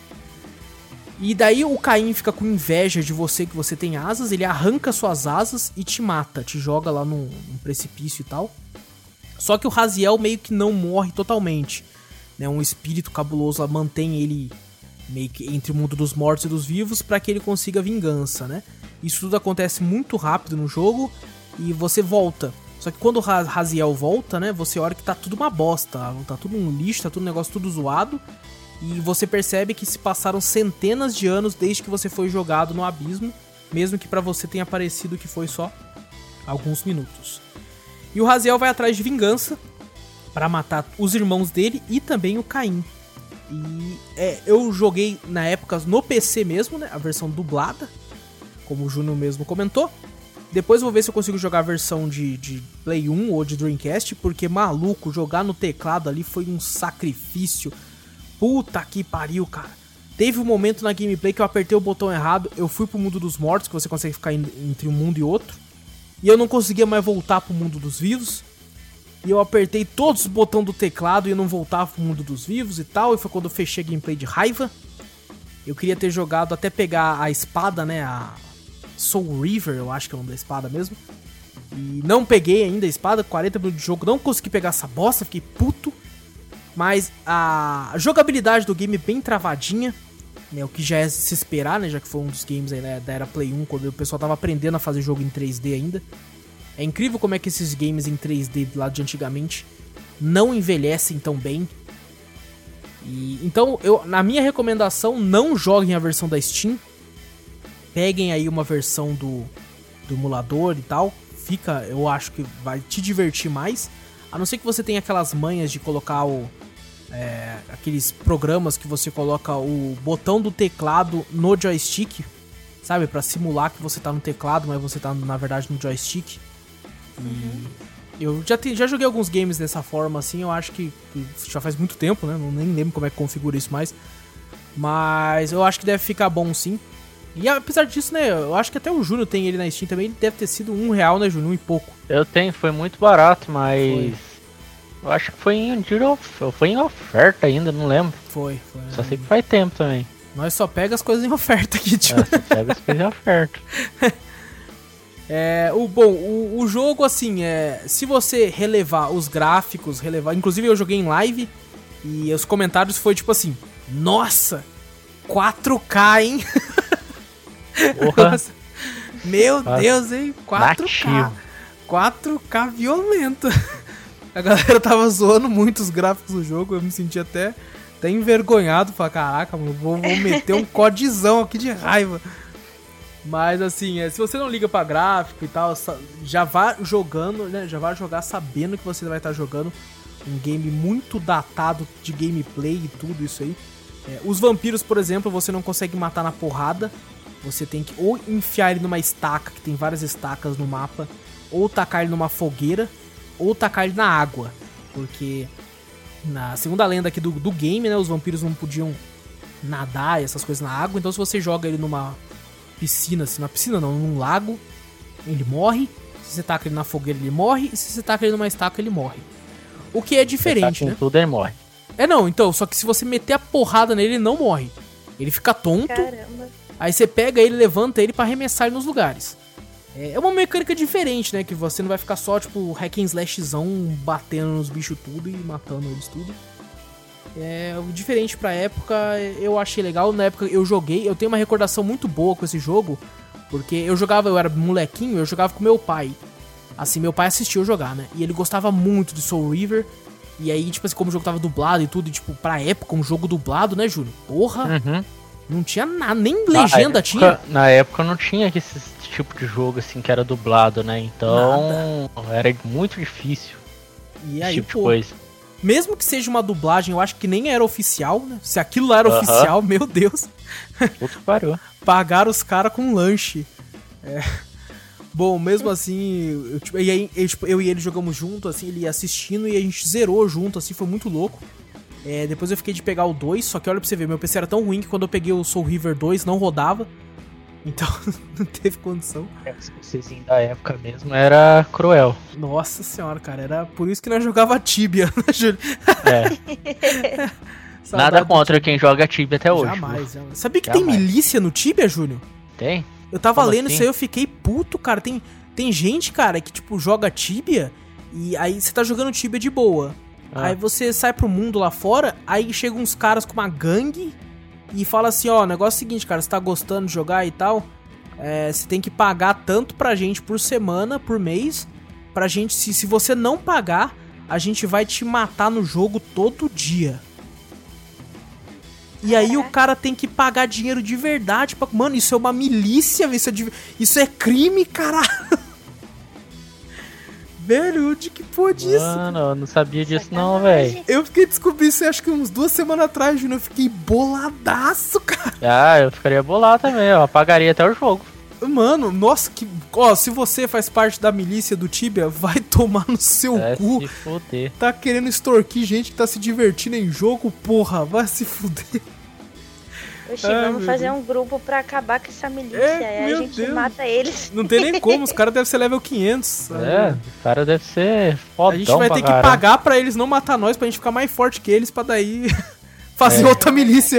[SPEAKER 1] E daí o Caim fica com inveja de você, que você tem asas, ele arranca suas asas e te mata, te joga lá num precipício e tal. Só que o Raziel meio que não morre totalmente, né? Um espírito cabuloso lá mantém ele meio que entre o mundo dos mortos e dos vivos para que ele consiga vingança, né? Isso tudo acontece muito rápido no jogo e você volta. Só que quando o Raziel volta, né? Você olha que tá tudo uma bosta, tá tudo um lixo, tá tudo um negócio tudo zoado. E você percebe que se passaram centenas de anos desde que você foi jogado no abismo, mesmo que pra você tenha parecido que foi só alguns minutos. E o Raziel vai atrás de vingança pra matar os irmãos dele e também o Caim. E eu joguei na época no PC mesmo, né? A versão dublada, como o Júnior mesmo comentou. Depois eu vou ver se eu consigo jogar a versão de Play 1 ou de Dreamcast, porque, maluco, jogar no teclado ali foi um sacrifício. Puta que pariu, cara. Teve um momento na gameplay que eu apertei o botão errado, eu fui pro mundo dos mortos, que você consegue ficar entre um mundo e outro, e eu não conseguia mais voltar pro mundo dos vivos. E eu apertei todos os botões do teclado e eu não voltava pro mundo dos vivos e tal, e foi quando eu fechei a gameplay de raiva. Eu queria ter jogado até pegar a espada, né, a Soul River, eu acho que é o nome da espada mesmo. E não peguei ainda a espada, 40 minutos de jogo, não consegui pegar essa bosta, fiquei puto. Mas a jogabilidade do game é bem travadinha, né, o que já é se esperar, né, já que foi um dos games aí, né, da era Play 1, quando o pessoal tava aprendendo a fazer jogo em 3D ainda. É incrível como é que esses games em 3D lá de antigamente não envelhecem tão bem. Então, na minha recomendação, não joguem a versão da Steam. Peguem aí uma versão do emulador e tal. Eu acho que vai te divertir mais. A não ser que você tenha aquelas manhas de colocar aqueles programas que você coloca o botão do teclado no joystick, sabe? Pra simular que você tá no teclado, mas você tá na verdade no joystick. E eu já joguei alguns games dessa forma assim, eu acho que já faz muito tempo, né? Nem lembro como é que configura isso mais. Mas eu acho que deve ficar bom sim. E apesar disso, né, eu acho que até o Júnior tem ele na Steam também, ele deve ter sido R$1, né, Júnior? 1 e pouco.
[SPEAKER 2] Eu tenho, foi muito barato, mas... Eu acho que foi em oferta ainda, não lembro.
[SPEAKER 1] Foi.
[SPEAKER 2] Só sei que faz tempo também.
[SPEAKER 1] Nós só pega as coisas em oferta aqui, tio.
[SPEAKER 2] Só pega as coisas em oferta.
[SPEAKER 1] O jogo, assim, se você relevar os gráficos, inclusive eu joguei em live, e os comentários foi tipo assim, nossa, 4K, hein?
[SPEAKER 2] Porra.
[SPEAKER 1] Nossa, meu Deus, hein? 4K.
[SPEAKER 2] Nativo.
[SPEAKER 1] 4K violento. A galera tava zoando muito os gráficos do jogo, eu me senti até envergonhado. Falei, caraca, mano, vou meter um codizão aqui de raiva. Mas assim, se você não liga pra gráfico e tal, já vá jogando, né? Já vai jogar sabendo que você vai estar jogando um game muito datado de gameplay e tudo isso aí. Os vampiros, por exemplo, você não consegue matar na porrada. Você tem que ou enfiar ele numa estaca, que tem várias estacas no mapa, ou tacar ele numa fogueira, ou tacar ele na água. Porque na segunda lenda aqui do game, né, os vampiros não podiam nadar e essas coisas na água. Então se você joga ele numa piscina, assim, num lago, ele morre. Se você taca ele na fogueira, ele morre. E se você taca ele numa estaca, ele morre. O que é diferente, né?
[SPEAKER 2] Tudo ele morre.
[SPEAKER 1] Não, então, só que se você meter a porrada nele, ele não morre. Ele fica tonto.
[SPEAKER 3] Caramba.
[SPEAKER 1] Aí você pega ele, levanta ele pra arremessar ele nos lugares. É uma mecânica diferente, né? Que você não vai ficar só, tipo, hack and slashzão, batendo nos bichos tudo e matando eles tudo. Diferente pra época, eu achei legal. Na época eu joguei, eu tenho uma recordação muito boa com esse jogo. Porque eu era molequinho, eu jogava com meu pai. Assim, meu pai assistiu eu jogar, né? E ele gostava muito de Soul River. E aí, tipo assim, como o jogo tava dublado e tudo, e, tipo, pra época, um jogo dublado, né, Júnior? Porra!
[SPEAKER 2] Uhum.
[SPEAKER 1] Não tinha nada, nem legenda tinha.
[SPEAKER 2] Na época não tinha esse tipo de jogo assim que era dublado, né? Então era muito difícil.
[SPEAKER 1] E aí,
[SPEAKER 2] tipo de coisa.
[SPEAKER 1] Mesmo que seja uma dublagem, eu acho que nem era oficial, né? Se aquilo lá era oficial, meu Deus.
[SPEAKER 2] Puta que pariu.
[SPEAKER 1] Pagaram os caras com lanche. Bom, mesmo assim, eu e ele jogamos junto, assim, ele ia assistindo e a gente zerou junto, assim, foi muito louco. Depois eu fiquei de pegar o 2, só que olha pra você ver, meu PC era tão ruim que quando eu peguei o Soul River 2 não rodava. Então não teve condição.
[SPEAKER 2] Esse PCzinho da época mesmo era cruel.
[SPEAKER 1] Nossa senhora, cara, era por isso que nós jogava Tibia, né, Júlio?
[SPEAKER 2] Nada contra quem joga Tibia até hoje.
[SPEAKER 1] Jamais. Sabia que tem milícia no Tibia, Júnior?
[SPEAKER 2] Tem?
[SPEAKER 1] Eu tava
[SPEAKER 2] Como
[SPEAKER 1] lendo
[SPEAKER 2] assim?
[SPEAKER 1] isso aí, eu fiquei puto, cara. Tem gente, cara, que tipo joga Tibia e aí você tá jogando Tibia de boa. Aí você sai pro mundo lá fora, aí chegam uns caras com uma gangue e fala assim, ó, o negócio é o seguinte, cara, você tá gostando de jogar e tal, você tem que pagar tanto pra gente por semana, por mês, pra gente, se você não pagar, a gente vai te matar no jogo todo dia. E aí o cara tem que pagar dinheiro de verdade. Mano, isso é uma milícia, isso é crime, caralho. Velho, de que porra disso?
[SPEAKER 2] Mano, eu não sabia disso não, velho.
[SPEAKER 1] Eu fiquei descobrindo isso, acho que uns 2 semanas atrás, Júnior. Eu fiquei boladaço, cara.
[SPEAKER 2] Eu ficaria bolado também, eu apagaria até o jogo.
[SPEAKER 1] Mano, nossa, se você faz parte da milícia do Tibia, vai tomar no seu cu.
[SPEAKER 2] Se fuder.
[SPEAKER 1] Tá querendo extorquir gente que tá se divertindo em jogo, porra, vai se fuder.
[SPEAKER 3] Oxi, vamos fazer um grupo pra acabar com essa milícia. Aí a gente mata eles.
[SPEAKER 1] Não tem nem como, os caras devem ser level 500.
[SPEAKER 2] O cara deve ser fodão.
[SPEAKER 1] A gente vai ter que pagar pra eles não matar nós, pra gente ficar mais forte que eles, pra daí fazer outra milícia.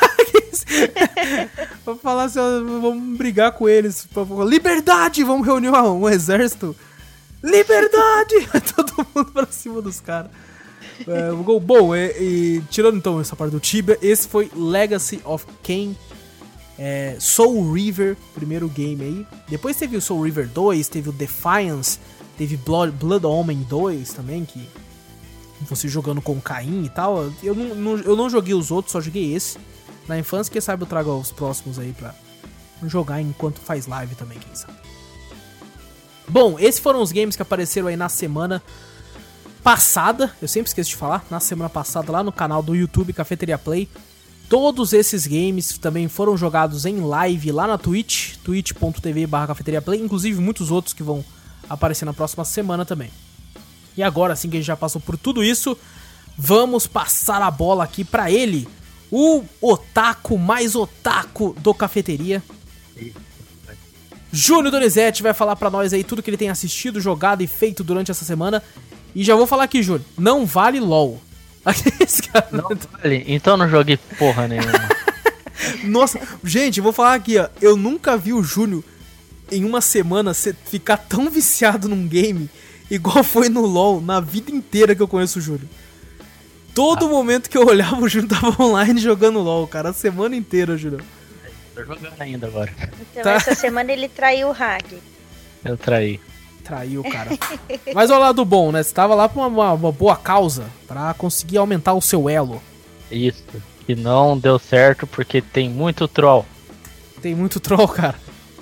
[SPEAKER 1] Pra falar assim, ó, vamos brigar com eles. Liberdade! Vamos reunir um exército. Liberdade! Todo mundo pra cima dos caras. Bom, tirando então essa parte do Tibia, esse foi Legacy of Kain, Soul River, primeiro game aí. Depois teve o Soul River 2, teve o Defiance, teve Blood Omen 2 também, que você jogando com o Caim e tal. Eu não joguei os outros, só joguei esse na infância. Quem sabe eu trago os próximos aí pra jogar enquanto faz live também, quem sabe. Bom, esses foram os games que apareceram aí na semana passada. Eu sempre esqueço de falar, na semana passada lá no canal do YouTube Cafeteria Play. Todos esses games também foram jogados em live lá na Twitch, twitch.tv/cafeteriaplay, inclusive muitos outros que vão aparecer na próxima semana também. E agora, assim que a gente já passou por tudo isso, vamos passar a bola aqui pra ele, o otaku mais otaku do Cafeteria. Júnior Donizete vai falar pra nós aí tudo que ele tem assistido, jogado e feito durante essa semana. E já vou falar aqui, Júnior, não vale LOL.
[SPEAKER 2] Não vale? Então não joguei porra nenhuma.
[SPEAKER 1] Nossa, gente, eu vou falar aqui, ó. Eu nunca vi o Júnior em uma semana ficar tão viciado num game igual foi no LoL na vida inteira que eu conheço o Júnior. Todo momento que eu olhava, o Júnior tava online jogando LoL, cara. A semana inteira, Júnior.
[SPEAKER 2] Tô jogando ainda agora.
[SPEAKER 3] Então essa semana ele traiu o Hag.
[SPEAKER 2] Eu traí.
[SPEAKER 1] Traiu, cara. Mas olha o lado bom, né? Você tava lá pra uma boa causa, pra conseguir aumentar o seu elo.
[SPEAKER 2] Isso. Que não deu certo porque tem muito troll.
[SPEAKER 1] Tem muito troll, cara.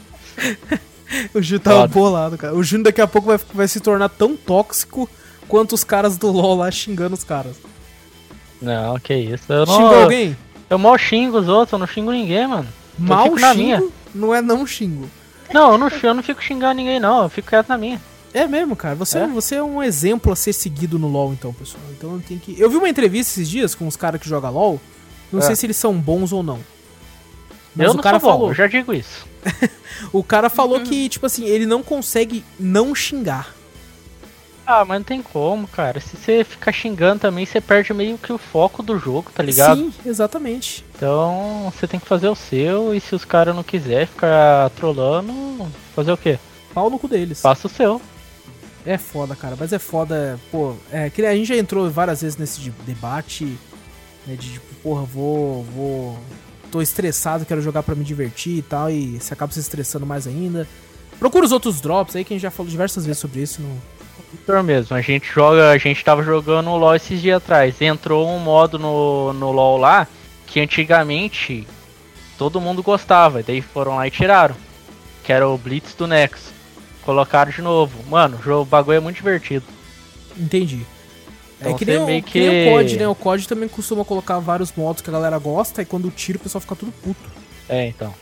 [SPEAKER 1] O Júnior tava bolado, cara. O Júnior daqui a pouco vai se tornar tão tóxico quanto os caras do LoL lá xingando os caras.
[SPEAKER 2] Não, que isso. Eu não...
[SPEAKER 1] Xingou alguém?
[SPEAKER 2] Eu mal xingo os outros, eu não xingo ninguém, mano.
[SPEAKER 1] Mal
[SPEAKER 2] xingo na minha.
[SPEAKER 1] Não é não xingo.
[SPEAKER 2] Não, eu não fico xingando ninguém, não. Eu fico quieto na minha.
[SPEAKER 1] É mesmo, cara. Você é um exemplo a ser seguido no LoL, então, pessoal. Então eu tenho que... Eu vi uma entrevista esses dias com os caras que jogam LoL. Não sei se eles são bons ou não. Mas
[SPEAKER 2] eu
[SPEAKER 1] o
[SPEAKER 2] não
[SPEAKER 1] cara
[SPEAKER 2] sou bom,
[SPEAKER 1] falou...
[SPEAKER 2] eu já digo isso.
[SPEAKER 1] O cara falou que, tipo assim, ele não consegue não xingar.
[SPEAKER 2] Ah, mas não tem como, cara. Se você ficar xingando também, você perde meio que o foco do jogo, tá ligado?
[SPEAKER 1] Sim, exatamente.
[SPEAKER 2] Então, você tem que fazer o seu, e se os caras não quiserem ficar trolando, fazer o quê?
[SPEAKER 1] Pau no cu deles.
[SPEAKER 2] Faça o seu.
[SPEAKER 1] É foda, cara, mas é foda, pô, que a gente já entrou várias vezes nesse debate, né, de tipo, porra, tô estressado, quero jogar pra me divertir e tal, e você acaba se estressando mais ainda. Procura os outros drops aí, que a gente já falou diversas vezes sobre isso.
[SPEAKER 2] Vitor mesmo, a gente tava jogando o LoL esses dias atrás, entrou um modo no LoL lá, que antigamente todo mundo gostava, daí foram lá e tiraram, que era o Blitz do Nexus. Colocaram de novo. Mano, o bagulho é muito divertido.
[SPEAKER 1] Entendi.
[SPEAKER 2] Então,
[SPEAKER 1] é que nem o COD, né? O COD também costuma colocar vários modos que a galera gosta, e quando tira o pessoal fica tudo puto.
[SPEAKER 2] É, então.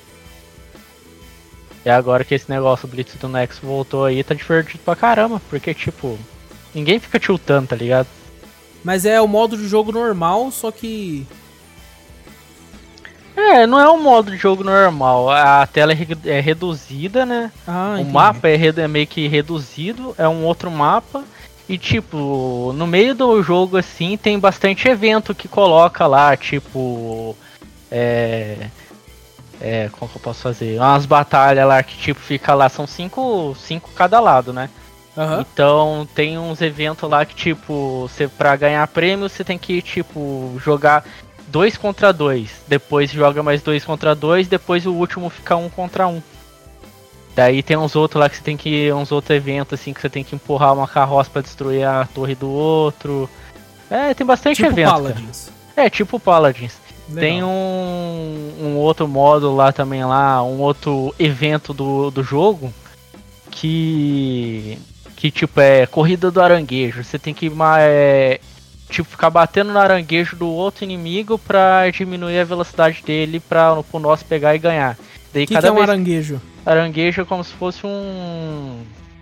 [SPEAKER 2] E agora que esse negócio do Blitz do Nexus voltou aí, tá divertido pra caramba. Porque, tipo, ninguém fica tiltando, tá ligado?
[SPEAKER 1] Mas é o modo de jogo normal, só que...
[SPEAKER 2] Não é um modo de jogo normal. A tela é reduzida, né? O mapa é meio que reduzido, é um outro mapa. E tipo, no meio do jogo assim tem bastante evento que coloca lá, tipo. Como que eu posso fazer? Umas batalhas lá que tipo fica lá, são 5 cada lado, né?
[SPEAKER 1] Uhum.
[SPEAKER 2] Então tem uns eventos lá que tipo, pra ganhar prêmio você tem que tipo jogar 2 contra 2, depois joga mais 2 contra 2, depois o último fica 1 contra 1. Daí tem uns outros lá que você tem que. Uns outros eventos assim que você tem que empurrar uma carroça pra destruir a torre do outro. Tem bastante
[SPEAKER 1] tipo
[SPEAKER 2] evento.
[SPEAKER 1] Paladins.
[SPEAKER 2] Tipo Paladins.
[SPEAKER 1] Legal.
[SPEAKER 2] Tem um outro modo lá também, um outro evento do jogo que tipo é corrida do aranguejo. Você tem que tipo, ficar batendo no aranguejo do outro inimigo pra diminuir a velocidade dele pro nosso pegar e ganhar. Daí
[SPEAKER 1] que é um aranguejo?
[SPEAKER 2] Aranguejo é como se fosse um...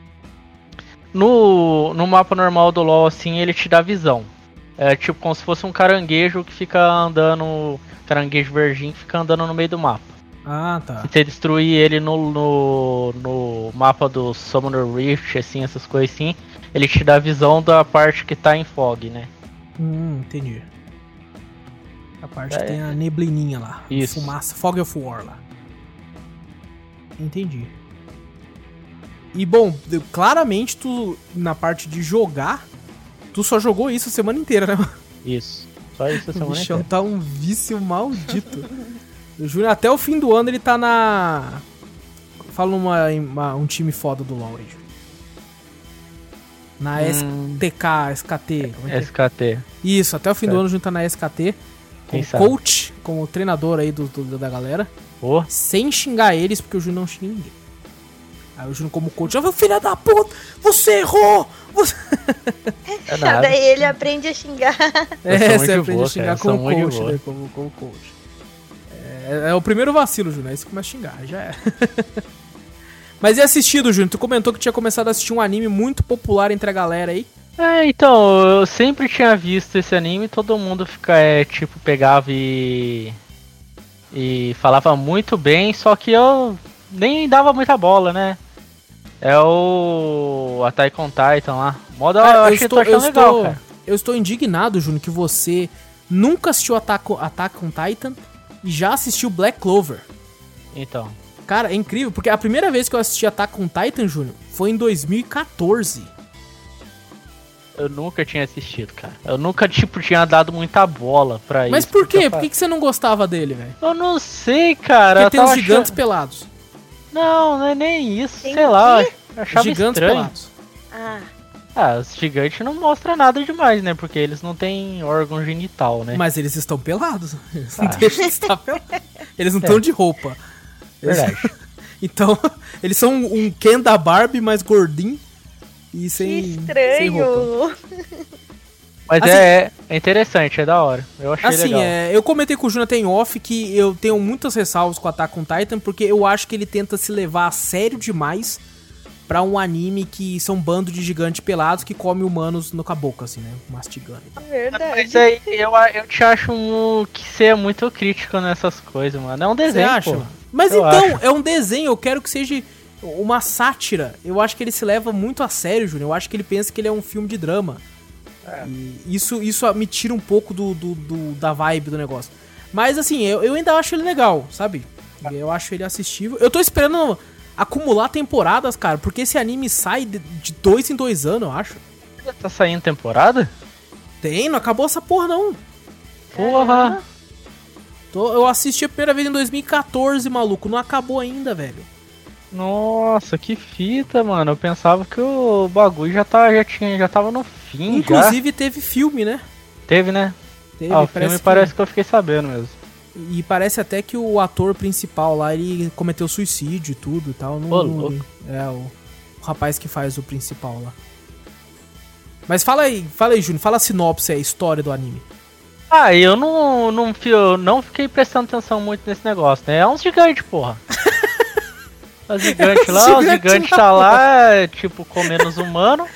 [SPEAKER 2] No mapa normal do LoL, assim, ele te dá visão. É tipo como se fosse um caranguejo que fica andando... Caranguejo verdinho que fica andando no meio do mapa.
[SPEAKER 1] Ah, tá.
[SPEAKER 2] Se você destruir ele no mapa do Summoner Rift, assim, essas coisas assim, ele te dá visão da parte que tá em fog, né?
[SPEAKER 1] Entendi. A parte que tem a neblininha lá.
[SPEAKER 2] Isso.
[SPEAKER 1] Fumaça, Fog of War lá. Entendi. E bom, claramente tu, na parte de jogar, tu só jogou isso a semana inteira, né?
[SPEAKER 2] Isso. Só isso a semana inteira.
[SPEAKER 1] O bichão tá um vício maldito. O Júnior, até o fim do ano, ele tá na... Fala um time foda do LoL aí, Júnior. Na STK, SKT. Como é que é?
[SPEAKER 2] SKT.
[SPEAKER 1] Isso, até o fim do ano o Júnior tá na SKT.
[SPEAKER 2] Quem
[SPEAKER 1] Como
[SPEAKER 2] sabe?
[SPEAKER 1] coach, como treinador aí da galera.
[SPEAKER 2] Pô,
[SPEAKER 1] Sem xingar eles, porque o Júnior não xinga ninguém. Aí o Júnior como coach, já viu, filha da puta, você errou! Você...
[SPEAKER 2] é nada.
[SPEAKER 3] Daí ele aprende a xingar.
[SPEAKER 2] Eu sou muito
[SPEAKER 1] você
[SPEAKER 2] de
[SPEAKER 1] aprende
[SPEAKER 2] boa,
[SPEAKER 1] a xingar
[SPEAKER 2] cara, eu sou
[SPEAKER 1] como
[SPEAKER 2] muito de
[SPEAKER 1] coach,
[SPEAKER 2] boa.
[SPEAKER 1] né? Como coach. É o primeiro vacilo, Júnior, aí você começa a xingar, já é. Mas e assistido, Júnior? Tu comentou que tinha começado a assistir um anime muito popular entre a galera aí.
[SPEAKER 2] Então, eu sempre tinha visto esse anime e todo mundo pegava e falava muito bem, só que eu nem dava muita bola, né? É o Attack on Titan lá. Moda eu tô achando legal, cara.
[SPEAKER 1] Eu estou indignado, Júnior, que você nunca assistiu Attack on Titan e já assistiu Black Clover.
[SPEAKER 2] Então.
[SPEAKER 1] Cara, é incrível, porque a primeira vez que eu assisti Attack on Titan, Júnior, foi em 2014.
[SPEAKER 2] Eu nunca tinha assistido, cara. Eu nunca, tinha dado muita bola pra isso.
[SPEAKER 1] Mas por quê?
[SPEAKER 2] eu
[SPEAKER 1] Por que você não gostava dele, velho?
[SPEAKER 2] Eu não sei, cara.
[SPEAKER 1] Porque tem os gigantes pelados.
[SPEAKER 2] Não é nem isso.
[SPEAKER 3] Tem
[SPEAKER 2] sei
[SPEAKER 3] o
[SPEAKER 2] lá,
[SPEAKER 3] quê?
[SPEAKER 2] eu achava
[SPEAKER 1] Gigantes
[SPEAKER 2] estranho.
[SPEAKER 1] pelados.
[SPEAKER 3] Ah,
[SPEAKER 2] Os gigantes não mostram nada demais, né? Porque eles não têm órgão genital, né?
[SPEAKER 1] Mas eles estão pelados. Eles não deixam de estar pelados. Eles não estão de roupa.
[SPEAKER 2] Verdade.
[SPEAKER 1] Então, eles são um Ken da Barbie mais gordinho e sem roupa.
[SPEAKER 3] estranho.
[SPEAKER 2] Mas
[SPEAKER 1] Assim-
[SPEAKER 2] é interessante, é da hora. Eu achei
[SPEAKER 1] Assim,
[SPEAKER 2] legal.
[SPEAKER 1] eu comentei com o Júnior até em off que eu tenho muitas ressalvas com Attack on Titan, porque eu acho que ele tenta se levar a sério demais pra um anime que são um bando de gigantes pelados que come humanos com a boca, assim, né? Mastigando.
[SPEAKER 2] Mas
[SPEAKER 3] Verdade.
[SPEAKER 2] aí eu te acho que você é muito crítico nessas coisas, mano. É um
[SPEAKER 1] Você
[SPEAKER 2] desenho,
[SPEAKER 1] acha?
[SPEAKER 2] pô.
[SPEAKER 1] Mas
[SPEAKER 2] Eu
[SPEAKER 1] então,
[SPEAKER 2] acho.
[SPEAKER 1] é um desenho, eu quero que seja uma sátira. Eu acho que ele se leva muito a sério, Júnior. Eu acho que ele pensa que ele é um filme de drama. E isso me tira um pouco da vibe do negócio. Mas assim, eu ainda acho ele legal, sabe? Eu acho ele assistível. Eu tô esperando acumular temporadas, cara, porque esse anime sai de 2 em 2 anos, eu acho.
[SPEAKER 2] Tá saindo temporada?
[SPEAKER 1] Tem, não acabou essa porra, não.
[SPEAKER 2] Porra!
[SPEAKER 1] Eu assisti a primeira vez em 2014, maluco. Não acabou ainda, velho.
[SPEAKER 2] Nossa, que fita, mano. Eu pensava que o bagulho já tava no fim.
[SPEAKER 1] Inclusive teve filme, né?
[SPEAKER 2] Teve, né?
[SPEAKER 1] Teve,
[SPEAKER 2] O filme parece que eu fiquei sabendo mesmo.
[SPEAKER 1] E parece até que o ator principal lá, ele cometeu suicídio e tudo e tal.
[SPEAKER 2] Ô, louco.
[SPEAKER 1] O rapaz que faz o principal lá. Mas fala aí, Júnior. Fala a sinopse aí, a história do anime.
[SPEAKER 2] Eu não fiquei prestando atenção muito nesse negócio, né? É uns gigantes, porra. Os gigantes lá, os gigantes tá lá, comendo os humanos.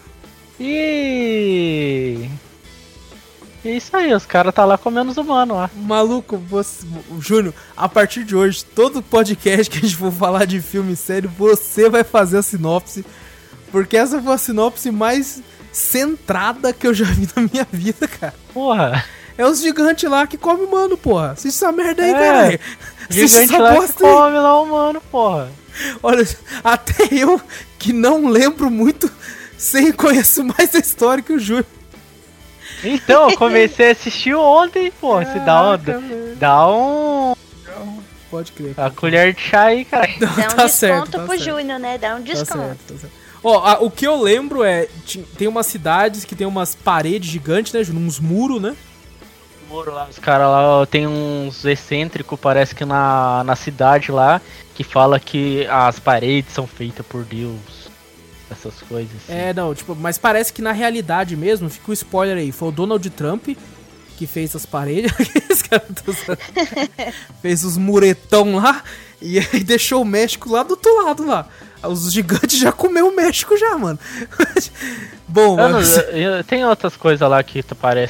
[SPEAKER 2] E é isso aí, os caras tá lá comendo os humanos lá.
[SPEAKER 1] Maluco, Júnior, a partir de hoje, todo podcast que a gente for falar de filme sério, você vai fazer a sinopse. Porque essa foi a sinopse mais centrada que eu já vi na minha vida, cara.
[SPEAKER 2] Porra.
[SPEAKER 1] É os gigantes lá que comem humano, porra. Assiste essa merda aí, caralho.
[SPEAKER 2] Gigante lá que come lá humano, porra.
[SPEAKER 1] Olha, até eu, que não lembro muito, conheço mais a história que o Júnior.
[SPEAKER 2] Então, eu comecei a assistir ontem, pô. Se dá um...
[SPEAKER 1] Pode crer.
[SPEAKER 2] A colher de chá aí, cara.
[SPEAKER 3] Dá um
[SPEAKER 1] Tá
[SPEAKER 3] desconto
[SPEAKER 1] certo, tá
[SPEAKER 3] pro
[SPEAKER 1] certo.
[SPEAKER 3] Júnior, né? Dá um desconto.
[SPEAKER 1] Tá certo. Ó, o que eu lembro tem umas cidades que tem umas paredes gigantes, né, Júnior? Uns muros, né?
[SPEAKER 2] Os caras lá tem uns excêntricos, parece que na cidade lá, que fala que as paredes são feitas por Deus. Essas coisas assim.
[SPEAKER 1] Mas parece que na realidade mesmo, fica o spoiler aí, foi o Donald Trump que fez as paredes, fez os muretão lá e aí deixou o México lá do outro lado lá. Os gigantes já comeu o México já, mano. Bom,
[SPEAKER 2] tem outras coisas lá que aparece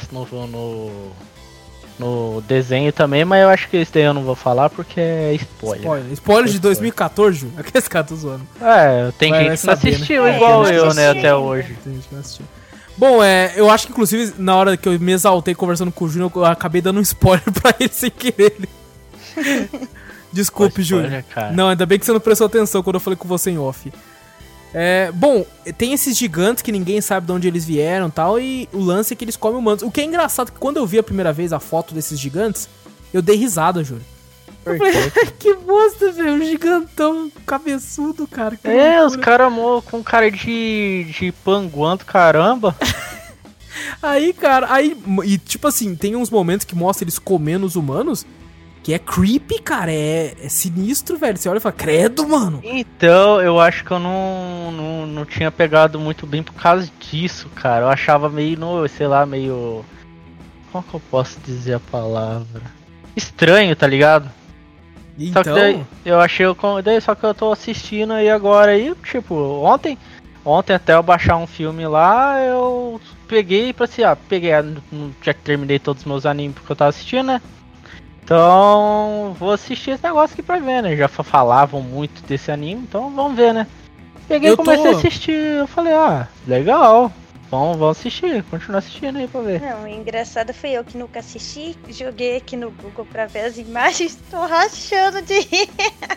[SPEAKER 2] no desenho também, mas eu acho que esse daí eu não vou falar porque é spoiler.
[SPEAKER 1] Spoiler de 2014, Ju. Aqueles caras tô zoando.
[SPEAKER 2] Tem
[SPEAKER 1] Vai
[SPEAKER 2] gente que não
[SPEAKER 1] saber,
[SPEAKER 2] assistiu
[SPEAKER 3] né?
[SPEAKER 2] igual
[SPEAKER 3] eu não
[SPEAKER 2] eu, né,
[SPEAKER 3] assisti
[SPEAKER 2] até
[SPEAKER 3] ainda.
[SPEAKER 2] hoje.
[SPEAKER 1] Tem gente que não assistiu. Bom, eu acho que inclusive na hora que eu me exaltei conversando com o Júnior, eu acabei dando um spoiler pra ele sem querer. Desculpe,
[SPEAKER 2] Spoiler,
[SPEAKER 1] Júnior.
[SPEAKER 2] cara.
[SPEAKER 1] Não, ainda bem que você não prestou atenção quando eu falei com você em off. Bom, tem esses gigantes que ninguém sabe de onde eles vieram e tal, e o lance é que eles comem humanos. O que é engraçado é que quando eu vi a primeira vez a foto desses gigantes, eu dei risada, Júnior.
[SPEAKER 2] Por quê?
[SPEAKER 1] Que bosta, velho. Um gigantão cabeçudo, cara. Que
[SPEAKER 2] Os caras com cara de panguando, caramba.
[SPEAKER 1] Aí, cara, e tipo assim, tem uns momentos que mostra eles comendo os humanos que é creepy, cara, é sinistro, velho. Você olha e fala, credo, mano.
[SPEAKER 2] Então, eu acho que eu não tinha pegado muito bem por causa disso, cara. Eu achava meio, sei lá, meio... Como que eu posso dizer a palavra? Estranho, tá ligado?
[SPEAKER 1] Então...
[SPEAKER 2] Só que daí, eu achei, só que eu tô assistindo aí agora, aí, tipo, ontem até eu baixar um filme lá, eu peguei pra assim, já que terminei todos os meus animes que eu tava assistindo, né? Então, vou assistir esse negócio aqui pra ver, né? Já falavam muito desse anime, então vamos ver, né? Peguei e comecei a assistir, eu falei, legal, vamos assistir, continuar assistindo aí pra ver.
[SPEAKER 3] Não, o engraçado foi eu que nunca assisti, joguei aqui no Google pra ver as imagens, tô rachando de rir.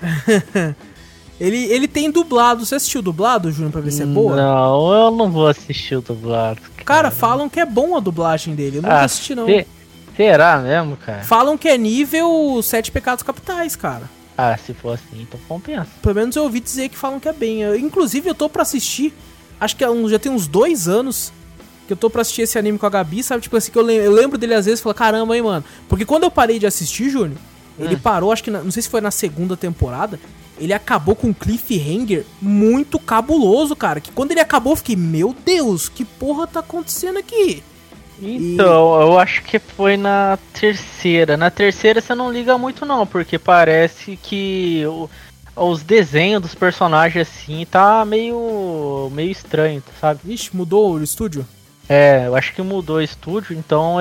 [SPEAKER 1] Ele tem dublado, você assistiu dublado, Júnior, pra ver se é boa?
[SPEAKER 2] Não, eu não vou assistir o dublado.
[SPEAKER 1] Cara, falam que é bom a dublagem dele, eu nunca assisti não.
[SPEAKER 2] Será mesmo, cara?
[SPEAKER 1] Falam que é nível 7 Pecados Capitais, cara.
[SPEAKER 2] Se for assim, então compensa.
[SPEAKER 1] Pelo menos eu ouvi dizer que falam que é bem. Inclusive, eu tô pra assistir, acho que já tem uns 2 anos que eu tô pra assistir esse anime com a Gabi, sabe? Tipo assim, que eu lembro dele às vezes e falo, caramba, hein, mano. Porque quando eu parei de assistir, Júnior, ele parou, acho que, não sei se foi na segunda temporada, ele acabou com um cliffhanger muito cabuloso, cara. Que quando ele acabou, eu fiquei, meu Deus, que porra tá acontecendo aqui?
[SPEAKER 2] Então, eu acho que foi na terceira. Na terceira você não liga muito não, porque parece que os desenhos dos personagens assim tá meio estranho, sabe?
[SPEAKER 1] Ixi, mudou o estúdio?
[SPEAKER 2] Eu acho que mudou o estúdio, então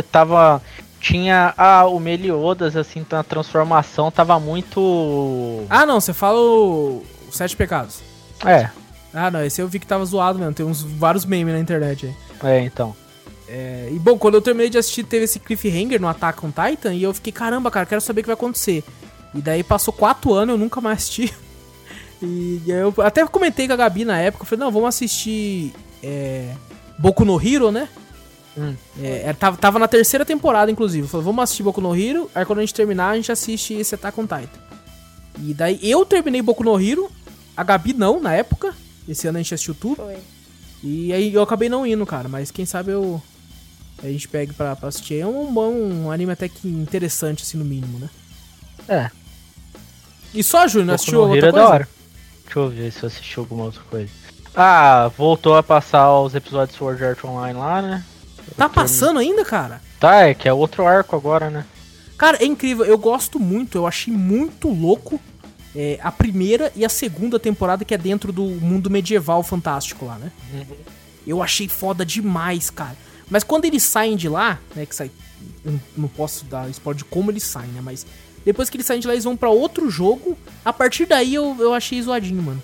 [SPEAKER 2] tinha o Meliodas assim, na transformação tava muito...
[SPEAKER 1] Ah, não, você fala o 7 Pecados. Ah, não, esse eu vi que tava zoado mesmo, tem vários memes na internet aí.
[SPEAKER 2] Então.
[SPEAKER 1] E bom, quando eu terminei de assistir, teve esse cliffhanger no Attack on Titan e eu fiquei, caramba, cara, quero saber o que vai acontecer. E daí passou 4 anos, eu nunca mais assisti. E eu até comentei com a Gabi na época, eu falei, não, vamos assistir Boku no Hero, né? Tava na terceira temporada, inclusive. Eu falei, vamos assistir Boku no Hero, aí quando a gente terminar, a gente assiste esse Attack on Titan. E daí eu terminei Boku no Hero, a Gabi não, na época. Esse ano a gente assistiu tudo.
[SPEAKER 3] Foi.
[SPEAKER 1] E aí eu acabei não indo, cara, mas quem sabe a gente pegue pra assistir. É um anime até que interessante, assim, no mínimo, né? E só, Júnior, assistiu outra coisa?
[SPEAKER 2] Da hora. Deixa eu ver se eu assisti alguma outra coisa. Voltou a passar os episódios de Sword Art Online lá, né?
[SPEAKER 1] Tá passando ainda, cara?
[SPEAKER 2] Tá, que é outro arco agora, né?
[SPEAKER 1] Cara, é incrível, eu gosto muito, eu achei muito louco a primeira e a segunda temporada que é dentro do mundo medieval fantástico lá, né? Eu achei foda demais, cara. Mas quando eles saem de lá, né, que sai... Eu não posso dar spoiler de como eles saem, né, mas... Depois que eles saem de lá, eles vão pra outro jogo. A partir daí, eu achei zoadinho, mano.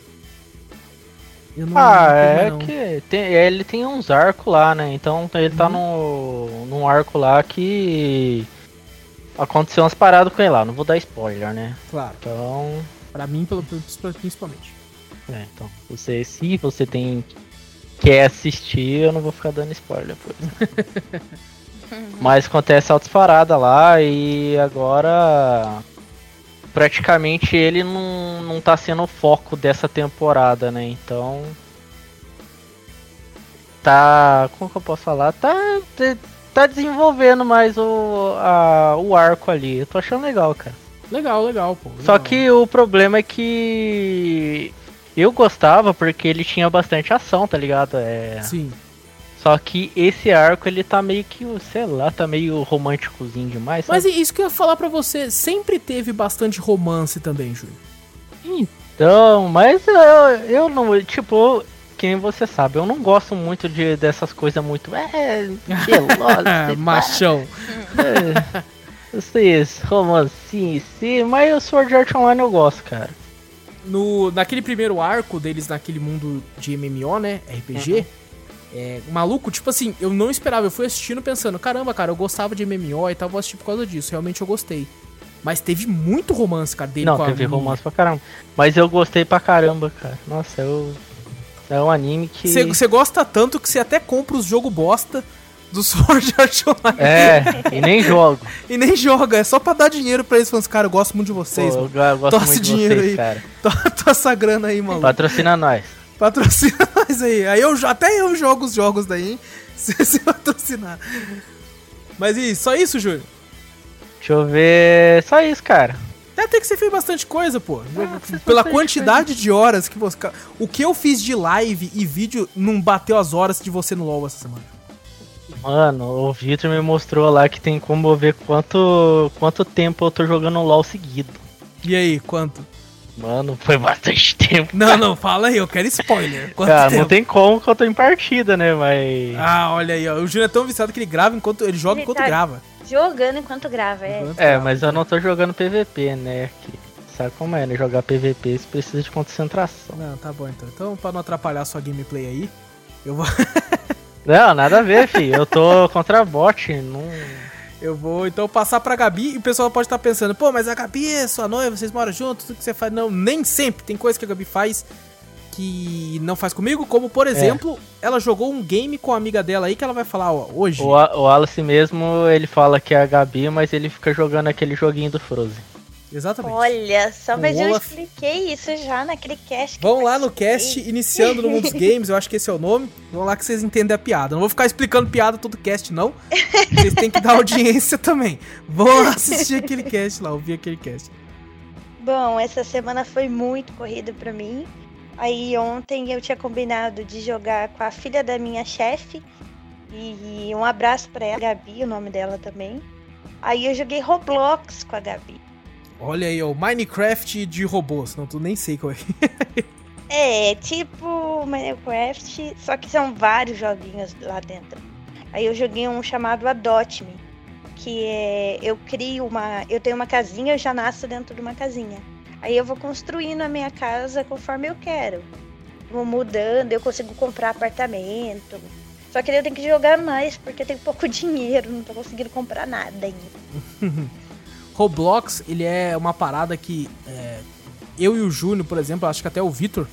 [SPEAKER 1] Eu não
[SPEAKER 2] que ele tem uns arcos lá, né? Então ele tá num arco lá que... Aconteceu umas paradas com ele lá, não vou dar spoiler, né?
[SPEAKER 1] Claro.
[SPEAKER 2] Então...
[SPEAKER 1] Pra mim, principalmente.
[SPEAKER 2] Então, se você quer assistir, eu não vou ficar dando spoiler depois. Mas acontece altas paradas lá e agora... Praticamente ele não tá sendo o foco dessa temporada, né? Então... Como que eu posso falar? Tá desenvolvendo mais o arco ali. Eu tô achando legal, cara.
[SPEAKER 1] Legal, pô. Legal.
[SPEAKER 2] Só que o problema é que eu gostava porque ele tinha bastante ação, tá ligado?
[SPEAKER 1] Sim.
[SPEAKER 2] Só que esse arco ele tá meio que, sei lá, tá meio românticozinho demais, sabe?
[SPEAKER 1] Mas isso que eu ia falar pra você, sempre teve bastante romance também, Júlio.
[SPEAKER 2] Então, mas eu não, tipo, quem você sabe, eu não gosto muito dessas coisas muito velozes.
[SPEAKER 1] Machão.
[SPEAKER 2] Eu sei, romancinho, sim, mas o Sword Art Online eu gosto, cara.
[SPEAKER 1] Naquele primeiro arco deles, naquele mundo de MMO, né, RPG, maluco, tipo assim, eu não esperava, eu fui assistindo pensando, caramba, cara, eu gostava de MMO e tal, vou assistir por causa disso, realmente eu gostei. Mas teve muito romance, cara, dele com a...
[SPEAKER 2] Não, teve romance pra caramba, mas eu gostei pra caramba, cara. Nossa, é um anime que...
[SPEAKER 1] Você gosta tanto que você até compra os jogos bosta do Sword Art Online.
[SPEAKER 2] E nem jogo.
[SPEAKER 1] E nem joga, é só pra dar dinheiro pra eles, falando, cara, eu gosto muito de vocês,
[SPEAKER 2] Pô,
[SPEAKER 1] mano.
[SPEAKER 2] eu gosto
[SPEAKER 1] Tosse
[SPEAKER 2] muito de
[SPEAKER 1] dinheiro
[SPEAKER 2] vocês,
[SPEAKER 1] aí.
[SPEAKER 2] cara.
[SPEAKER 1] Tossa essa grana aí, maluco.
[SPEAKER 2] Patrocina nós.
[SPEAKER 1] Patrocina nós aí. Até eu jogo os jogos daí, hein? Se patrocinar. Mas e só isso, Júlio?
[SPEAKER 2] Deixa eu ver. Só isso, cara.
[SPEAKER 1] Até que você fez bastante coisa, pô. Pela quantidade de horas que você... O que eu fiz de live e vídeo não bateu as horas de você no LoL essa semana.
[SPEAKER 2] Mano, o Victor me mostrou lá que tem como ver quanto tempo eu tô jogando LoL seguido.
[SPEAKER 1] E aí, quanto?
[SPEAKER 2] Mano, foi bastante tempo.
[SPEAKER 1] Não, fala aí, eu quero spoiler. Quanto
[SPEAKER 2] Cara,
[SPEAKER 1] tempo?
[SPEAKER 2] não tem como que eu tô em partida, né, mas...
[SPEAKER 1] Ah, olha aí, ó. O Júnior é tão viciado que ele grava enquanto... Ele joga
[SPEAKER 3] Ele
[SPEAKER 1] enquanto
[SPEAKER 3] tá
[SPEAKER 1] grava.
[SPEAKER 3] Jogando enquanto grava,
[SPEAKER 2] Mas eu não tô jogando PVP, né, sabe como é, né, jogar PVP você precisa de concentração.
[SPEAKER 1] Não, tá bom então. Então, pra não atrapalhar a sua gameplay aí, eu vou...
[SPEAKER 2] Não, nada a ver, filho. Eu tô contra bot, não...
[SPEAKER 1] Eu vou então passar pra Gabi e o pessoal pode estar pensando, pô, mas a Gabi é sua noiva, vocês moram juntos, tudo que você faz. Não, nem sempre. Tem coisa que a Gabi faz que não faz comigo, como por exemplo, ela jogou um game com a amiga dela aí que ela vai falar, ó, hoje.
[SPEAKER 2] O Wallace mesmo, ele fala que é a Gabi, mas ele fica jogando aquele joguinho do Frozen.
[SPEAKER 1] Exatamente.
[SPEAKER 3] Olha, só mas eu
[SPEAKER 1] Olaf.
[SPEAKER 3] expliquei isso já naquele cast.
[SPEAKER 1] Vão lá no cast, iniciando no mundo dos games, eu acho que esse é o nome. Vão lá que vocês entendem a piada. Não vou ficar explicando piada todo cast, não. Vocês têm que dar audiência também. Vão lá assistir aquele cast lá, ouvir aquele cast.
[SPEAKER 3] Bom, essa semana foi muito corrida pra mim. Aí ontem eu tinha combinado de jogar com a filha da minha chefe. E um abraço pra ela, Gabi, o nome dela também. Aí eu joguei Roblox com a Gabi.
[SPEAKER 1] Olha aí, ó, o Minecraft de robôs. Não, tu nem sei qual é.
[SPEAKER 3] É, tipo Minecraft, só que são vários joguinhos lá dentro. Aí eu joguei um chamado Adopt Me, que é, eu tenho uma casinha, eu já nasço dentro de uma casinha. Aí eu vou construindo a minha casa conforme eu quero. Vou mudando, eu consigo comprar apartamento. Só que eu tenho que jogar mais, porque eu tenho pouco dinheiro, não tô conseguindo comprar nada ainda.
[SPEAKER 1] Roblox, ele é uma parada que eu e o Júnior, por exemplo, acho que até o Vitor,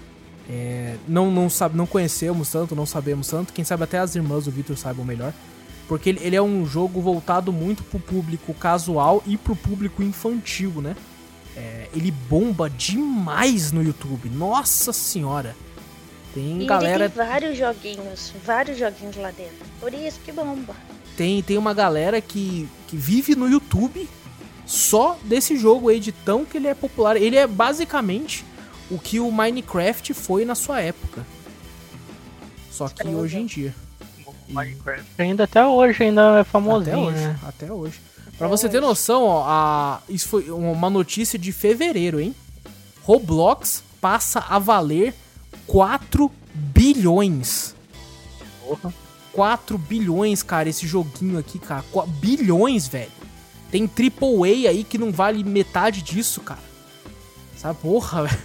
[SPEAKER 1] não conhecemos tanto, não sabemos tanto. Quem sabe até as irmãs do Vitor saibam melhor. Porque ele é um jogo voltado muito pro público casual e pro público infantil, né? Ele bomba demais no YouTube. Nossa senhora! Tem galera...
[SPEAKER 3] Ele tem vários joguinhos lá dentro. Por isso que bomba.
[SPEAKER 1] Tem uma galera que vive no YouTube só desse jogo aí, de tão que ele é popular. Ele é basicamente o que o Minecraft foi na sua época. Só que hoje em dia.
[SPEAKER 2] O Minecraft ainda até hoje ainda é famosinho, né?
[SPEAKER 1] Até hoje. Pra você ter noção, ó, isso foi uma notícia de fevereiro, hein? Roblox passa a valer 4 bilhões.
[SPEAKER 2] Porra.
[SPEAKER 1] 4 bilhões, cara, esse joguinho aqui, cara. 4 bilhões, velho. Tem AAA aí que não vale metade disso, cara. Sabe, porra, velho.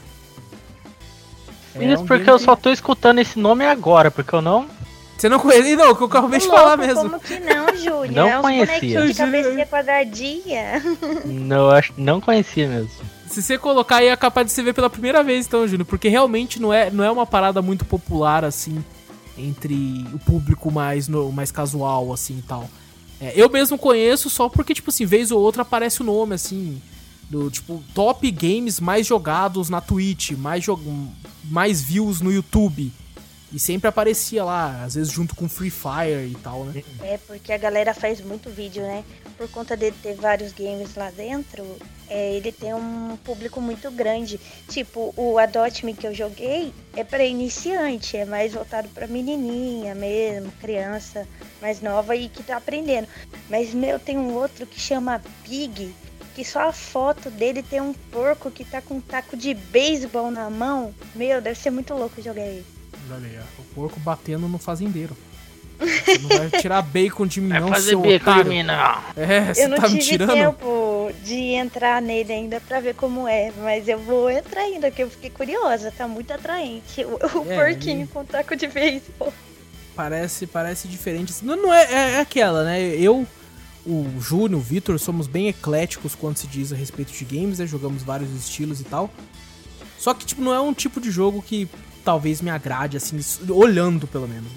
[SPEAKER 2] Isso porque eu só tô escutando esse nome agora, porque eu não...
[SPEAKER 1] Você não conhece? Não, que eu acabei de falar mesmo.
[SPEAKER 3] Como que não, Júlio?
[SPEAKER 2] Não
[SPEAKER 3] é uns
[SPEAKER 2] conhecia.
[SPEAKER 3] bonequinhos de cabecinha quadradinha.
[SPEAKER 2] Não conhecia mesmo.
[SPEAKER 1] Se você colocar aí, é capaz de você ver pela primeira vez, então, Júnior. Porque realmente não é uma parada muito popular, assim, entre o público mais casual, assim, e tal. Eu mesmo conheço só porque, tipo assim, vez ou outra aparece o nome, assim, do, tipo, top games mais jogados na Twitch, mais views no YouTube. E sempre aparecia lá, às vezes junto com Free Fire e tal, né?
[SPEAKER 3] É, porque a galera faz muito vídeo, né? Por conta de ter vários games lá dentro, ele tem um público muito grande. Tipo, o Adopt Me que eu joguei é pra iniciante, é mais voltado pra menininha mesmo, criança mais nova e que tá aprendendo. Mas, tem um outro que chama Pig, que só a foto dele tem um porco que tá com um taco de beisebol na mão. Deve ser muito louco jogar isso.
[SPEAKER 1] Olha aí, ó, o porco batendo no fazendeiro. Você não vai tirar bacon de mim, não,
[SPEAKER 2] fazer
[SPEAKER 1] seu
[SPEAKER 2] bacon
[SPEAKER 1] otário.
[SPEAKER 2] de mim, não.
[SPEAKER 1] Você
[SPEAKER 3] eu não
[SPEAKER 1] tá me
[SPEAKER 3] tive
[SPEAKER 1] tirando?
[SPEAKER 3] tempo de entrar nele ainda pra ver como é, mas eu vou entrar ainda, porque eu fiquei curiosa, tá muito atraente. O porquinho com taco de beisebol.
[SPEAKER 1] Parece diferente. Não é aquela, né? Eu, o Júnior, o Vitor, somos bem ecléticos quando se diz a respeito de games, né? Jogamos vários estilos e tal. Só que, tipo, não é um tipo de jogo que talvez me agrade, assim, olhando pelo menos, né?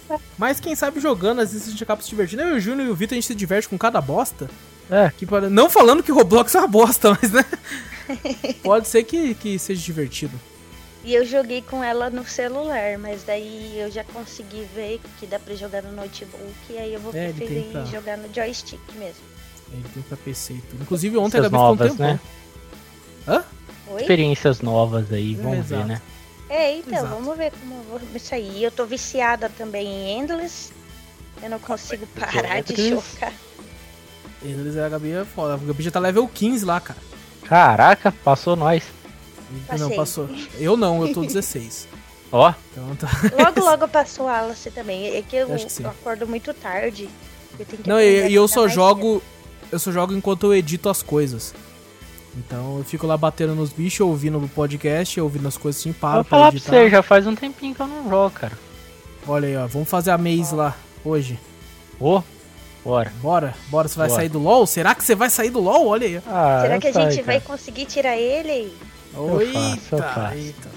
[SPEAKER 1] Mas quem sabe jogando, às vezes a gente acaba se divertindo. Eu e o Júnior e o Vitor, a gente se diverte com cada bosta. Não falando que Roblox é uma bosta, mas né? Pode ser que seja divertido.
[SPEAKER 3] E eu joguei com ela no celular, mas daí eu já consegui ver que dá pra jogar no notebook, e aí eu vou preferir jogar no joystick mesmo.
[SPEAKER 1] Ele tem pra PC e tudo. Inclusive ontem a Gabi
[SPEAKER 2] novas,
[SPEAKER 1] ficou um tempo.
[SPEAKER 2] né?
[SPEAKER 1] Hã?
[SPEAKER 3] Oi?
[SPEAKER 2] Experiências novas aí, vamos ver, né?
[SPEAKER 3] Então,
[SPEAKER 1] Exato.
[SPEAKER 3] vamos ver como eu vou sair. Eu tô viciada também em Endless. Eu não consigo parar de jogar.
[SPEAKER 1] Eles a Gabi é foda. A Gabi já tá level 15 lá, cara.
[SPEAKER 2] Caraca, passou nós.
[SPEAKER 1] Não, passou. Eu não, eu tô 16.
[SPEAKER 2] Ó.
[SPEAKER 1] Então tá.
[SPEAKER 3] Logo passou a Alice também. É que eu
[SPEAKER 1] Acho que sim.
[SPEAKER 3] acordo muito tarde. Eu tenho que
[SPEAKER 1] Não,
[SPEAKER 3] aprender
[SPEAKER 1] e eu
[SPEAKER 3] a
[SPEAKER 1] só
[SPEAKER 3] mais
[SPEAKER 1] jogo. Eu só jogo enquanto eu edito as coisas. Então eu fico lá batendo nos bichos, ouvindo o podcast, ouvindo as coisas assim, paro
[SPEAKER 2] Vou
[SPEAKER 1] pra
[SPEAKER 2] falar pra
[SPEAKER 1] editar.
[SPEAKER 2] você, já faz um tempinho que eu não jogo, cara.
[SPEAKER 1] Olha aí, ó. Vamos fazer a maze lá hoje.
[SPEAKER 2] Ô, bora.
[SPEAKER 1] Bora? Você vai
[SPEAKER 2] Bora.
[SPEAKER 1] sair do LoL? Será que você vai sair do LoL? Olha aí.
[SPEAKER 2] Ah,
[SPEAKER 3] Será que a
[SPEAKER 2] sai,
[SPEAKER 3] gente vai
[SPEAKER 2] cara.
[SPEAKER 3] conseguir tirar ele?
[SPEAKER 2] eu faço.
[SPEAKER 1] Eita.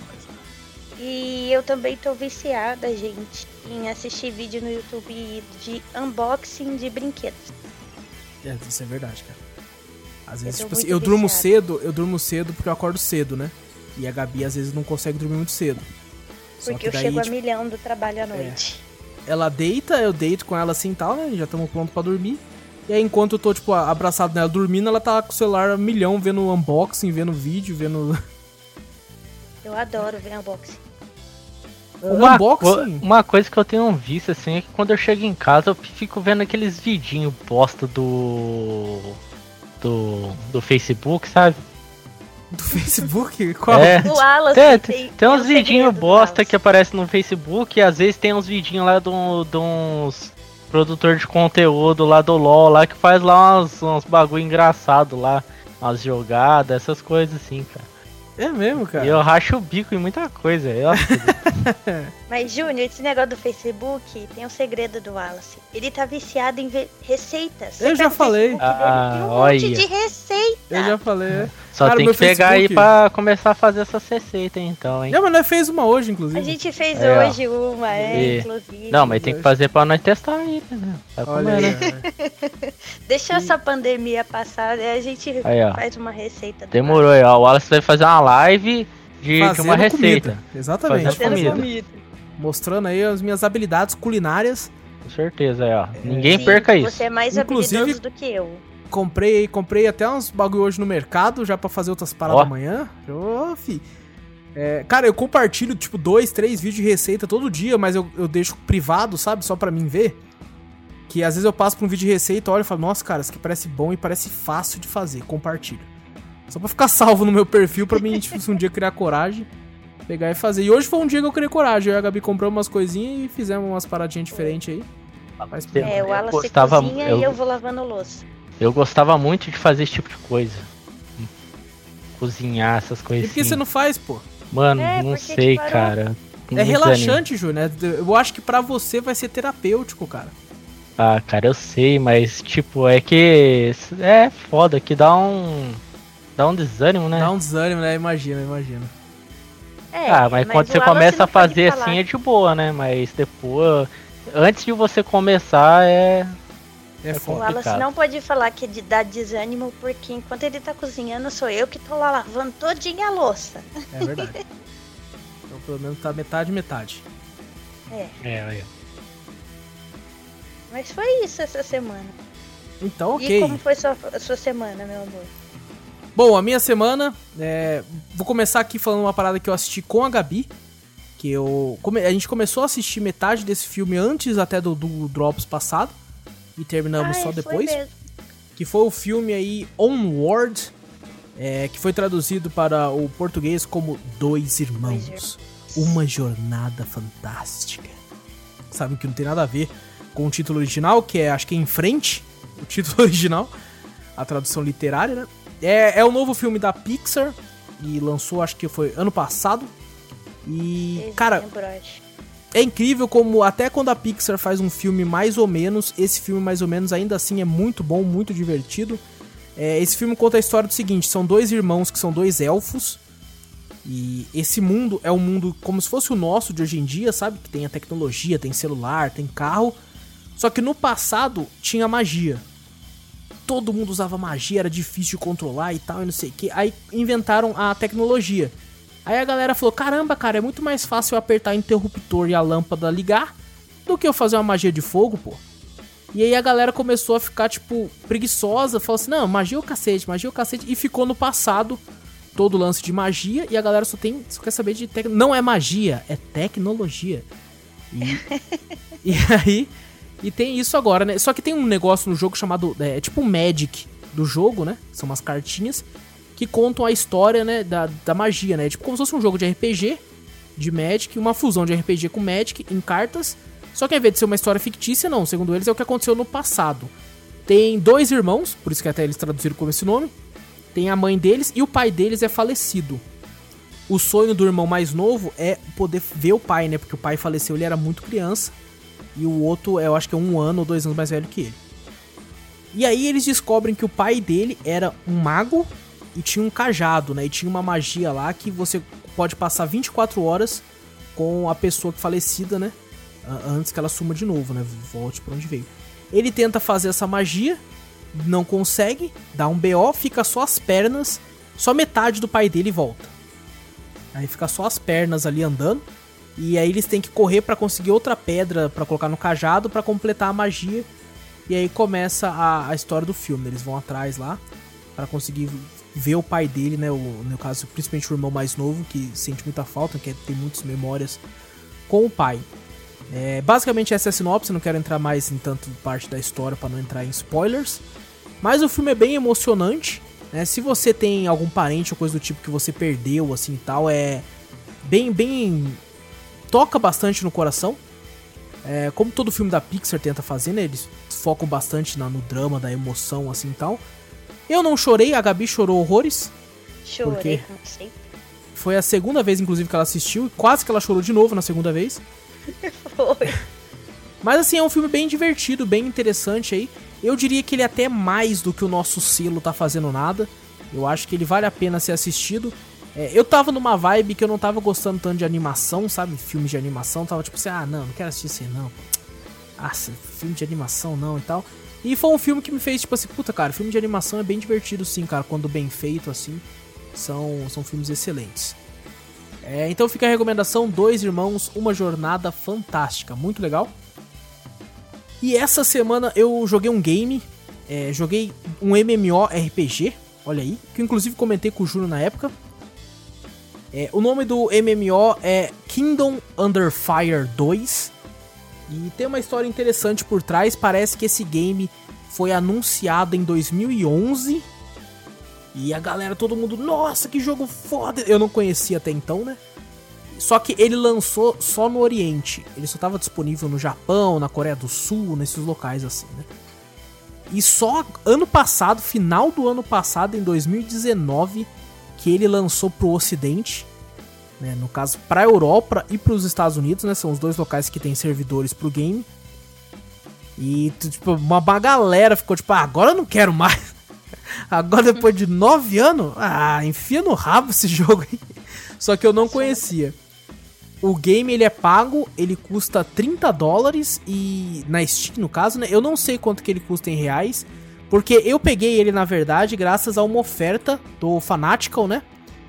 [SPEAKER 3] E eu também tô viciada, gente, em assistir vídeo no YouTube de unboxing de brinquedos.
[SPEAKER 1] Isso é verdade, cara. Às vezes,
[SPEAKER 3] tô
[SPEAKER 1] tipo assim,
[SPEAKER 3] muito
[SPEAKER 1] eu durmo
[SPEAKER 3] viciada.
[SPEAKER 1] cedo porque eu acordo cedo, né? E a Gabi às vezes não consegue dormir muito cedo. Só
[SPEAKER 3] Porque
[SPEAKER 1] que
[SPEAKER 3] eu
[SPEAKER 1] daí,
[SPEAKER 3] chego a
[SPEAKER 1] tipo,
[SPEAKER 3] milhão do trabalho à noite.
[SPEAKER 1] ela deita, eu deito com ela assim e tal, né? Já estamos prontos pra dormir. E aí, enquanto eu tô, tipo, abraçado nela dormindo, ela tá com o celular a milhão, vendo unboxing, vendo vídeo, vendo...
[SPEAKER 3] Eu adoro ver unboxing.
[SPEAKER 1] Unboxing?
[SPEAKER 2] Uma coisa que eu tenho visto, assim, é que quando eu chego em casa, eu fico vendo aqueles vidinhos bosta do Facebook, sabe?
[SPEAKER 1] Do Facebook? Qual?
[SPEAKER 2] É.
[SPEAKER 3] O Wallace
[SPEAKER 2] Tem uns
[SPEAKER 3] um
[SPEAKER 2] vidinhos
[SPEAKER 3] segredo do
[SPEAKER 2] bosta
[SPEAKER 3] Wallace.
[SPEAKER 2] que aparecem no Facebook e às vezes tem uns vidinhos lá de uns produtor de conteúdo lá do LoL lá que faz lá uns bagulho engraçado lá, umas jogadas, essas coisas assim, cara.
[SPEAKER 1] É mesmo, cara?
[SPEAKER 2] E eu racho o bico em muita coisa.
[SPEAKER 3] Mas, Júnior, esse negócio do Facebook tem um segredo do Wallace. Ele tá viciado em ver receitas.
[SPEAKER 1] Eu já
[SPEAKER 3] pega o
[SPEAKER 1] falei.
[SPEAKER 3] Facebook dele, tem um
[SPEAKER 2] olha.
[SPEAKER 3] monte de receita.
[SPEAKER 1] Eu já falei.
[SPEAKER 2] Só
[SPEAKER 1] Cara,
[SPEAKER 2] tem
[SPEAKER 1] meu
[SPEAKER 2] que pegar
[SPEAKER 1] Facebook-
[SPEAKER 2] aí pra começar a fazer essa receita então, hein?
[SPEAKER 1] Não, mas nós fez uma hoje, inclusive.
[SPEAKER 3] A gente fez
[SPEAKER 2] Aí, ó.
[SPEAKER 3] hoje uma, inclusive.
[SPEAKER 2] Não, mas tem que fazer pra nós testar aí, né? Vai
[SPEAKER 1] Olha
[SPEAKER 2] comer,
[SPEAKER 1] aí,
[SPEAKER 2] né?
[SPEAKER 3] Deixa essa pandemia passar e a gente
[SPEAKER 2] Aí, ó.
[SPEAKER 3] faz uma receita. do
[SPEAKER 2] Demorou aí, ó. O Wallace vai fazer uma live de uma
[SPEAKER 1] Fazendo
[SPEAKER 2] receita.
[SPEAKER 1] comida. Exatamente.
[SPEAKER 2] Fazendo
[SPEAKER 3] Wallace.
[SPEAKER 2] comida.
[SPEAKER 1] Mostrando aí as minhas habilidades culinárias.
[SPEAKER 2] Com certeza, aí, ó. Ninguém
[SPEAKER 3] Sim,
[SPEAKER 2] perca isso.
[SPEAKER 3] Você é mais
[SPEAKER 1] Inclusive-
[SPEAKER 3] habilidoso do que eu.
[SPEAKER 1] Comprei até uns bagulho hoje no mercado, já pra fazer outras paradas
[SPEAKER 2] Ó.
[SPEAKER 1] amanhã. Ô, fi. Cara, eu compartilho, tipo, 2, 3 vídeos de receita todo dia, mas eu deixo privado, sabe? Só pra mim ver. Que às vezes eu passo pra um vídeo de receita, olho e falo, nossa, cara, isso aqui parece bom e parece fácil de fazer. Compartilho. Só pra ficar salvo no meu perfil, pra mim, tipo, se um dia criar coragem, pegar e fazer. E hoje foi um dia que eu criei coragem. Eu e a Gabi compramos umas coisinhas e fizemos umas paradinhas diferentes aí. Mas,
[SPEAKER 2] Eu
[SPEAKER 3] O Wallace
[SPEAKER 2] gostava-
[SPEAKER 3] cozinha
[SPEAKER 2] eu-
[SPEAKER 3] e eu vou lavando louça.
[SPEAKER 2] Eu gostava muito de fazer esse tipo de coisa. Cozinhar essas
[SPEAKER 1] e
[SPEAKER 2] coisas
[SPEAKER 1] por que
[SPEAKER 2] assim.
[SPEAKER 1] você não faz, pô?
[SPEAKER 2] Mano,
[SPEAKER 3] É,
[SPEAKER 2] não
[SPEAKER 3] porque
[SPEAKER 2] sei,
[SPEAKER 3] te parou.
[SPEAKER 2] cara.
[SPEAKER 1] É
[SPEAKER 2] Muito
[SPEAKER 1] relaxante, Júnior. Eu acho que pra você vai ser terapêutico, cara.
[SPEAKER 2] Ah, cara, eu sei, mas tipo, é que é foda que dá um desânimo, né?
[SPEAKER 1] Dá um desânimo, né? Imagina.
[SPEAKER 2] Mas quando
[SPEAKER 3] o
[SPEAKER 2] você
[SPEAKER 3] Wallace
[SPEAKER 2] começa
[SPEAKER 3] não
[SPEAKER 2] a fazer
[SPEAKER 3] pode falar.
[SPEAKER 2] assim é de boa, né? Mas depois, antes de você começar
[SPEAKER 1] É
[SPEAKER 3] O
[SPEAKER 1] foda.
[SPEAKER 3] Wallace
[SPEAKER 2] complicado.
[SPEAKER 3] não pode falar que dá desânimo, porque enquanto ele tá cozinhando, sou eu que tô lá lavando todinha a louça.
[SPEAKER 1] É verdade. Então pelo menos tá metade.
[SPEAKER 2] aí.
[SPEAKER 3] Mas foi isso essa semana.
[SPEAKER 1] Então,
[SPEAKER 3] E
[SPEAKER 1] ok.
[SPEAKER 3] como foi a sua semana, meu amor?
[SPEAKER 1] Bom, a minha semana, vou começar aqui falando uma parada que eu assisti com a Gabi, que a gente começou a assistir metade desse filme antes até do Drops passado, e terminamos só
[SPEAKER 3] Foi
[SPEAKER 1] depois,
[SPEAKER 3] mesmo.
[SPEAKER 1] que foi o filme aí Onward, que foi traduzido para o português como Dois Irmãos, uma jornada fantástica. Sabe que não tem nada a ver com o título original, que acho que é Em Frente, o título original, a tradução literária, né? É o novo filme da Pixar e lançou, acho que foi ano passado. E, cara,
[SPEAKER 3] Dezembro, acho.
[SPEAKER 1] é incrível como até quando a Pixar faz um filme mais ou menos, esse filme mais ou menos ainda assim é muito bom, muito divertido. Esse filme conta a história do seguinte, são dois irmãos que são dois elfos E esse mundo é um mundo como se fosse o nosso de hoje em dia, sabe? Que tem a tecnologia, tem celular, tem carro. Só que no passado tinha magia. Todo mundo usava magia, era difícil de controlar e tal, e não sei o que. Aí inventaram a tecnologia. Aí a galera falou, caramba, cara, é muito mais fácil eu apertar o interruptor e a lâmpada ligar do que eu fazer uma magia de fogo, pô. E aí a galera começou a ficar, tipo, preguiçosa, falou assim, não, magia é o cacete, e ficou no passado todo o lance de magia, e a galera só quer saber de tecnologia. Não é magia, é tecnologia. E aí, e tem isso agora, né? Só que tem um negócio no jogo chamado, tipo um Magic do jogo, né? São umas cartinhas que contam a história, né, da magia, né? Tipo como se fosse um jogo de RPG, de Magic, uma fusão de RPG com Magic em cartas. Só que ao invés de ser uma história fictícia, não, segundo eles é o que aconteceu no passado. Tem 2 irmãos, por isso que até eles traduziram como esse nome. Tem a mãe deles e o pai deles é falecido. O sonho do irmão mais novo é poder ver o pai, né? Porque o pai faleceu, ele era muito criança. E o outro, eu acho que é 1 ano ou 2 anos mais velho que ele. E aí eles descobrem que o pai dele era um mago e tinha um cajado, né? E tinha uma magia lá que você pode passar 24 horas com a pessoa falecida, né? Antes que ela suma de novo, né? Volte pra onde veio. Ele tenta fazer essa magia, não consegue, dá um BO, fica só as pernas, só metade do pai dele volta. Aí fica só as pernas ali andando, e aí eles têm que correr pra conseguir outra pedra pra colocar no cajado pra completar a magia. E aí começa a história do filme, eles vão atrás lá pra conseguir ver o pai dele, né? No caso, principalmente o irmão mais novo, que sente muita falta, que tem muitas memórias com o pai. Basicamente essa é a sinopse, não quero entrar mais em tanto parte da história para não entrar em spoilers. Mas o filme é bem emocionante, né? Se você tem algum parente ou coisa do tipo que você perdeu, assim e tal, é bem... toca bastante no coração. Como todo filme da Pixar tenta fazer, né? Eles focam bastante no drama, da emoção, assim e tal. Eu não chorei, a Gabi chorou horrores.
[SPEAKER 3] Chorei, como sempre.
[SPEAKER 1] Foi a segunda vez, inclusive, que ela assistiu, e quase que ela chorou de novo na segunda vez.
[SPEAKER 3] Foi.
[SPEAKER 1] Mas assim, é um filme bem divertido, bem interessante aí. Eu diria que ele é até mais do que o nosso selo tá fazendo nada. Eu acho que ele vale a pena ser assistido. Eu tava numa vibe que eu não tava gostando tanto de animação, sabe? Filmes de animação, tava tipo assim, não quero assistir isso aí não. Filme de animação não e tal. E foi um filme que me fez tipo assim, puta cara, filme de animação é bem divertido sim, cara. Quando bem feito assim, são filmes excelentes. Então fica a recomendação, 2 Irmãos, Uma Jornada Fantástica, muito legal. E essa semana eu joguei um game, joguei um MMORPG, olha aí, que eu inclusive comentei com o Júnior na época. O nome do MMO é Kingdom Under Fire 2, e tem uma história interessante por trás, parece que esse game foi anunciado em 2011... E a galera, todo mundo, nossa, que jogo foda. Eu não conhecia até então, né? Só que ele lançou só no Oriente. Ele só tava disponível no Japão, na Coreia do Sul, nesses locais assim, né? E só ano passado, final do ano passado, em 2019, que ele lançou pro Ocidente, né? No caso, pra Europa e pros Estados Unidos, né? São os 2 locais que tem servidores pro game. E, tipo, uma galera ficou tipo, agora eu não quero mais. Agora depois de 9 anos, enfia no rabo esse jogo aí. Só que eu não conhecia. O game ele é pago, ele custa $30 e na Steam no caso, né? Eu não sei quanto que ele custa em reais, porque eu peguei ele na verdade graças a uma oferta do Fanatical, né?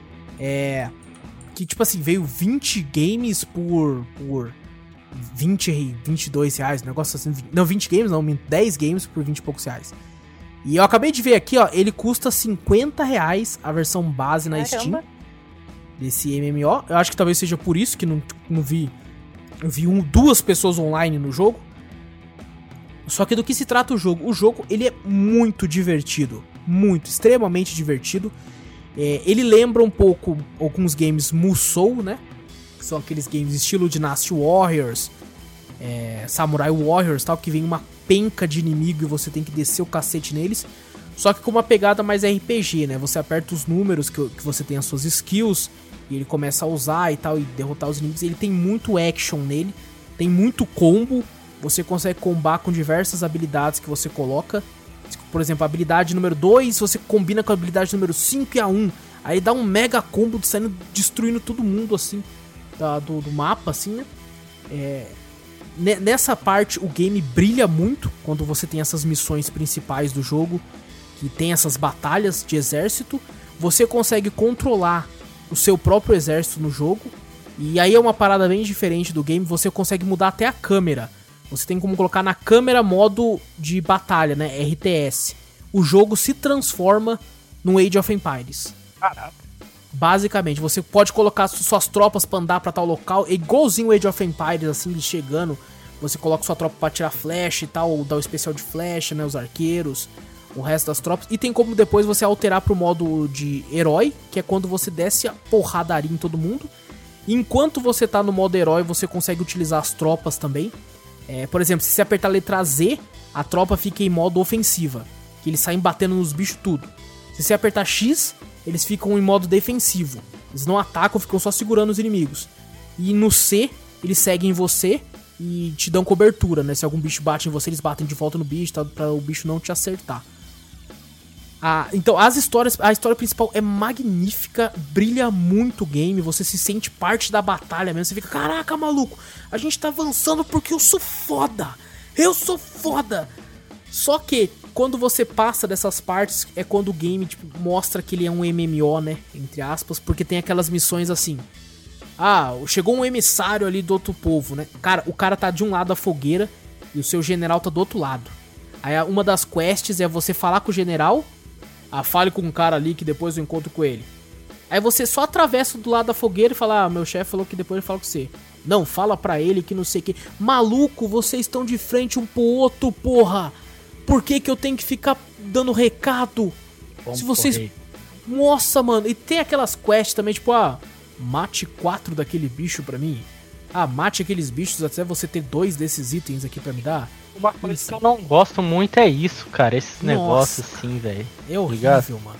[SPEAKER 1] Que tipo assim, veio 20 games por 22 reais, um negócio assim. Não, 20 games não, 10 games por 20 e poucos reais. E eu acabei de ver aqui, ó, ele custa R$50 a versão base na Steam desse MMO. Eu acho que talvez seja por isso que não vi. Eu vi 2 pessoas online no jogo. Só que do que se trata o jogo? O jogo, ele é muito divertido. Muito, extremamente divertido. Ele lembra um pouco alguns games Musou, né? Que são aqueles games estilo Dynasty Warriors, Samurai Warriors, tal, que vem uma penca de inimigo e você tem que descer o cacete neles. Só que com uma pegada mais RPG, né? Você aperta os números que você tem as suas skills e ele começa a usar e tal, e derrotar os inimigos. Ele tem muito action nele, tem muito combo. Você consegue combar com diversas habilidades que você coloca. Por exemplo, a habilidade número 2, você combina com a habilidade número 5 e a 1. Aí dá um mega combo saindo, destruindo todo mundo, assim, do mapa, assim, né? Nessa parte o game brilha muito quando você tem essas missões principais do jogo, que tem essas batalhas de exército. Você consegue controlar o seu próprio exército no jogo. E aí é uma parada bem diferente do game, você consegue mudar até a câmera. Você tem como colocar na câmera modo de batalha, né, RTS. O jogo se transforma no Age of Empires.
[SPEAKER 2] Caramba.
[SPEAKER 1] Basicamente, você pode colocar suas tropas pra andar pra tal local, igualzinho o Age of Empires, assim, chegando. Você coloca sua tropa pra tirar flash e tal, dar o especial de flash, né, os arqueiros, o resto das tropas. E tem como depois você alterar pro modo de herói, que é quando você desce a porradaria em todo mundo. Enquanto você tá no modo herói, você consegue utilizar as tropas também. Por exemplo, se você apertar a letra Z, a tropa fica em modo ofensiva, que eles saem batendo nos bichos tudo. Se você apertar X, eles ficam em modo defensivo. Eles não atacam, ficam só segurando os inimigos. E no C, eles seguem você e te dão cobertura, né? Se algum bicho bate em você, eles batem de volta no bicho, tá? Pra o bicho não te acertar. Então, a história principal é magnífica, brilha muito o game, você se sente parte da batalha mesmo, você fica, caraca, maluco, a gente tá avançando porque eu sou foda! Só que, quando você passa dessas partes, é quando o game tipo, mostra que ele é um MMO, né, entre aspas, porque tem aquelas missões assim, chegou um emissário ali do outro povo, né, o cara tá de um lado da fogueira e o seu general tá do outro lado. Aí uma das quests é você falar com o general, fale com um cara ali que depois eu encontro com ele. Aí você só atravessa do lado da fogueira e fala, meu chefe falou que depois ele fala com você. Não, fala pra ele que não sei o que. Maluco, vocês estão de frente um pro outro, porra. Por que eu tenho que ficar dando recado?
[SPEAKER 2] Vamos
[SPEAKER 1] se vocês...
[SPEAKER 2] correr.
[SPEAKER 1] Nossa, mano. E tem aquelas quests também, tipo, mate 4 daquele bicho pra mim. Mate aqueles bichos até você ter 2 desses itens aqui pra me dar.
[SPEAKER 2] Uma coisa que eu não gosto muito é isso, cara. Esses negócios assim, velho.
[SPEAKER 1] É horrível, mano.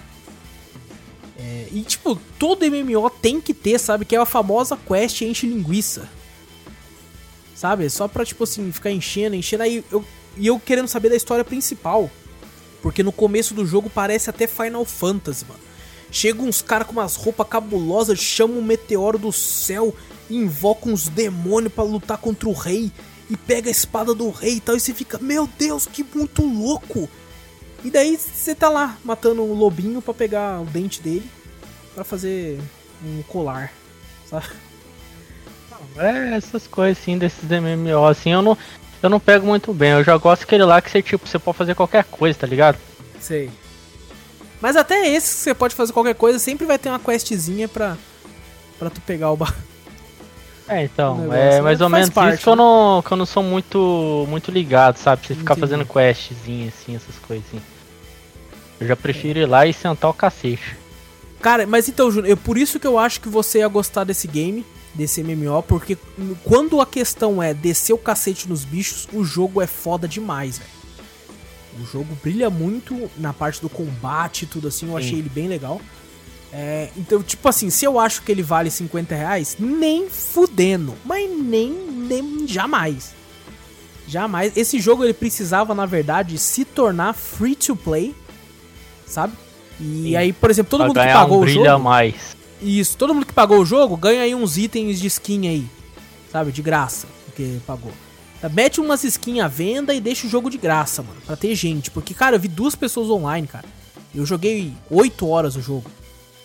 [SPEAKER 1] E tipo, todo MMO tem que ter, sabe? Que é a famosa quest enche linguiça. Sabe? Só pra, tipo assim, ficar enchendo. Aí eu querendo saber da história principal. Porque no começo do jogo parece até Final Fantasy, mano. Chega uns caras com umas roupas cabulosas, chamam um meteoro do céu, invocam uns demônios pra lutar contra o rei. E pega a espada do rei e tal, e você fica, meu Deus, que muito louco. E daí você tá lá, matando um lobinho pra pegar o dente dele, pra fazer um colar, sabe?
[SPEAKER 2] Essas coisas assim, desses MMO, assim, eu não pego muito bem. Eu já gosto daquele lá que você pode fazer qualquer coisa, tá ligado?
[SPEAKER 1] Sei. Mas até esse que você pode fazer qualquer coisa, sempre vai ter uma questzinha pra tu pegar o
[SPEAKER 2] Então,
[SPEAKER 1] negócio,
[SPEAKER 2] é mais ou menos
[SPEAKER 1] parte,
[SPEAKER 2] isso que eu não sou muito ligado, sabe? Você ficar fazendo questzinha, assim, essas coisinhas. Eu já prefiro ir lá e sentar o cacete.
[SPEAKER 1] Cara, mas então, Júnior, por isso que eu acho que você ia gostar desse game, desse MMO, porque quando a questão é descer o cacete nos bichos, o jogo é foda demais, velho. O jogo brilha muito na parte do combate e tudo assim, eu achei ele bem legal. Então, tipo assim, se eu acho que ele vale R$50, nem fudendo. Mas nem jamais. Jamais. Esse jogo ele precisava, na verdade, se tornar free to play, sabe? E aí, por exemplo, todo mundo que pagou o jogo...
[SPEAKER 2] mais.
[SPEAKER 1] Isso, todo mundo que pagou o jogo ganha aí uns itens de skin aí, sabe? De graça, porque pagou. Mete umas skins à venda e deixa o jogo de graça, mano, pra ter gente. Porque, cara, eu vi 2 pessoas online, cara. Eu joguei 8 horas o jogo.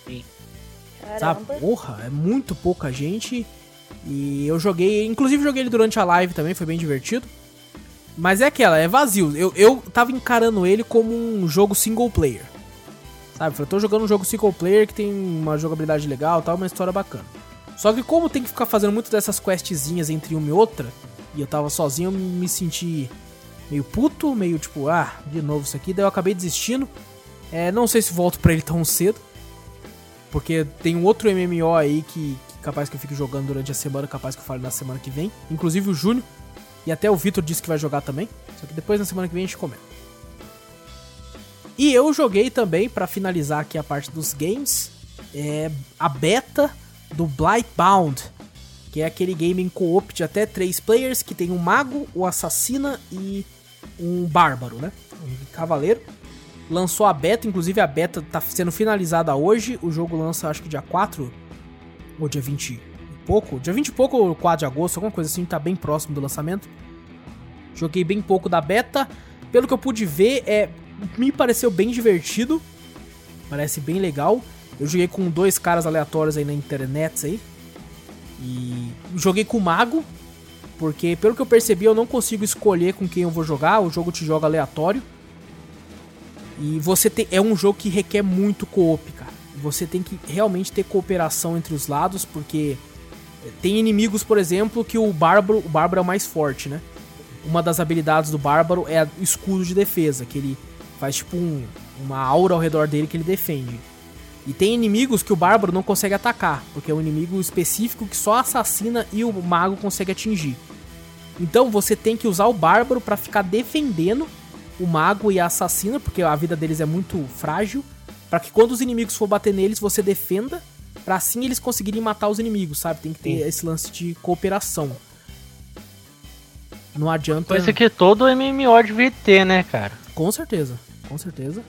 [SPEAKER 1] Sabe? Porra, é muito pouca gente. E eu joguei, inclusive joguei ele durante a live também, foi bem divertido. Mas é aquela, é vazio. Eu tava encarando ele como um jogo single player. Sabe? Eu tô jogando um jogo single player que tem uma jogabilidade legal e tal, uma história bacana. Só que como tem que ficar fazendo muito dessas questzinhas entre uma e outra, e eu tava sozinho, eu me senti meio puto, meio tipo, de novo isso aqui. Daí eu acabei desistindo. Não sei se volto pra ele tão cedo. Porque tem um outro MMO aí que capaz que eu fique jogando durante a semana, capaz que eu fale na semana que vem. Inclusive o Júnior e até o Vitor disse que vai jogar também. Só que depois na semana que vem a gente comenta. E eu joguei também, pra finalizar aqui a parte dos games, a beta do Blightbound, que é aquele game em co-op de até 3 players, que tem um mago, o assassina e um bárbaro, né? Um cavaleiro. Lançou a beta, inclusive a beta tá sendo finalizada hoje. O jogo lança acho que dia 4 ou dia 20 e pouco. Dia 20 e pouco ou 4 de agosto, alguma coisa assim, tá bem próximo do lançamento. Joguei bem pouco da beta. Pelo que eu pude ver, me pareceu bem divertido. Parece bem legal. Eu joguei com 2 caras aleatórios aí na internet aí. E joguei com o mago, porque pelo que eu percebi eu não consigo escolher com quem eu vou jogar. O jogo te joga aleatório. E é um jogo que requer muito co-op, cara. Você tem que realmente ter cooperação entre os lados, porque tem inimigos, por exemplo, que o bárbaro é o mais forte, né? Uma das habilidades do bárbaro é o escudo de defesa, que ele faz tipo uma aura ao redor dele que ele defende. E tem inimigos que o bárbaro não consegue atacar, porque é um inimigo específico que só assassina e o mago consegue atingir. Então você tem que usar o bárbaro pra ficar defendendo o mago e a assassina, porque a vida deles é muito frágil, para que quando os inimigos for bater neles, você defenda, pra assim eles conseguirem matar os inimigos, sabe? Tem que ter esse lance de cooperação. Não adianta...
[SPEAKER 2] Coisa que todo MMO devia ter, né, cara?
[SPEAKER 1] Com certeza, com certeza.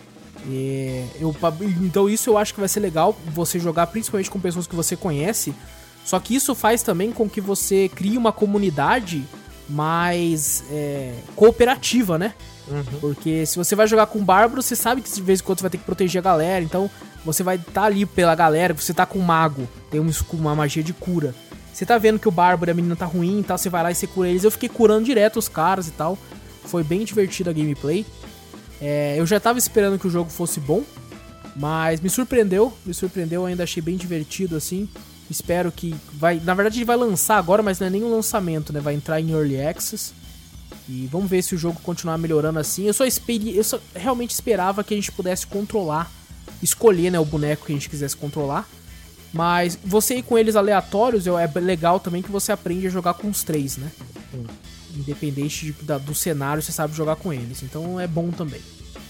[SPEAKER 1] Então isso eu acho que vai ser legal, você jogar principalmente com pessoas que você conhece, só que isso faz também com que você crie uma comunidade mais cooperativa, né? Uhum. Porque se você vai jogar com o bárbaro, você sabe que de vez em quando você vai ter que proteger a galera, então você vai estar ali pela galera. Você tá com o mago, tem uma magia de cura, você tá vendo que o bárbaro e a menina tá ruim e tal, você vai lá e você cura eles. Eu fiquei curando direto os caras e tal, foi bem divertida a gameplay. Eu já tava esperando que o jogo fosse bom, mas me surpreendeu, ainda achei bem divertido assim. Espero que na verdade ele vai lançar agora, mas não é nem um lançamento, né? Vai entrar em Early Access. E vamos ver se o jogo continuar melhorando assim. Eu só realmente esperava que a gente pudesse controlar, escolher, né, o boneco que a gente quisesse controlar. Mas você ir com eles aleatórios é legal também, que você aprende a jogar com os 3, né? Independente do cenário, você sabe jogar com eles. Então é bom também.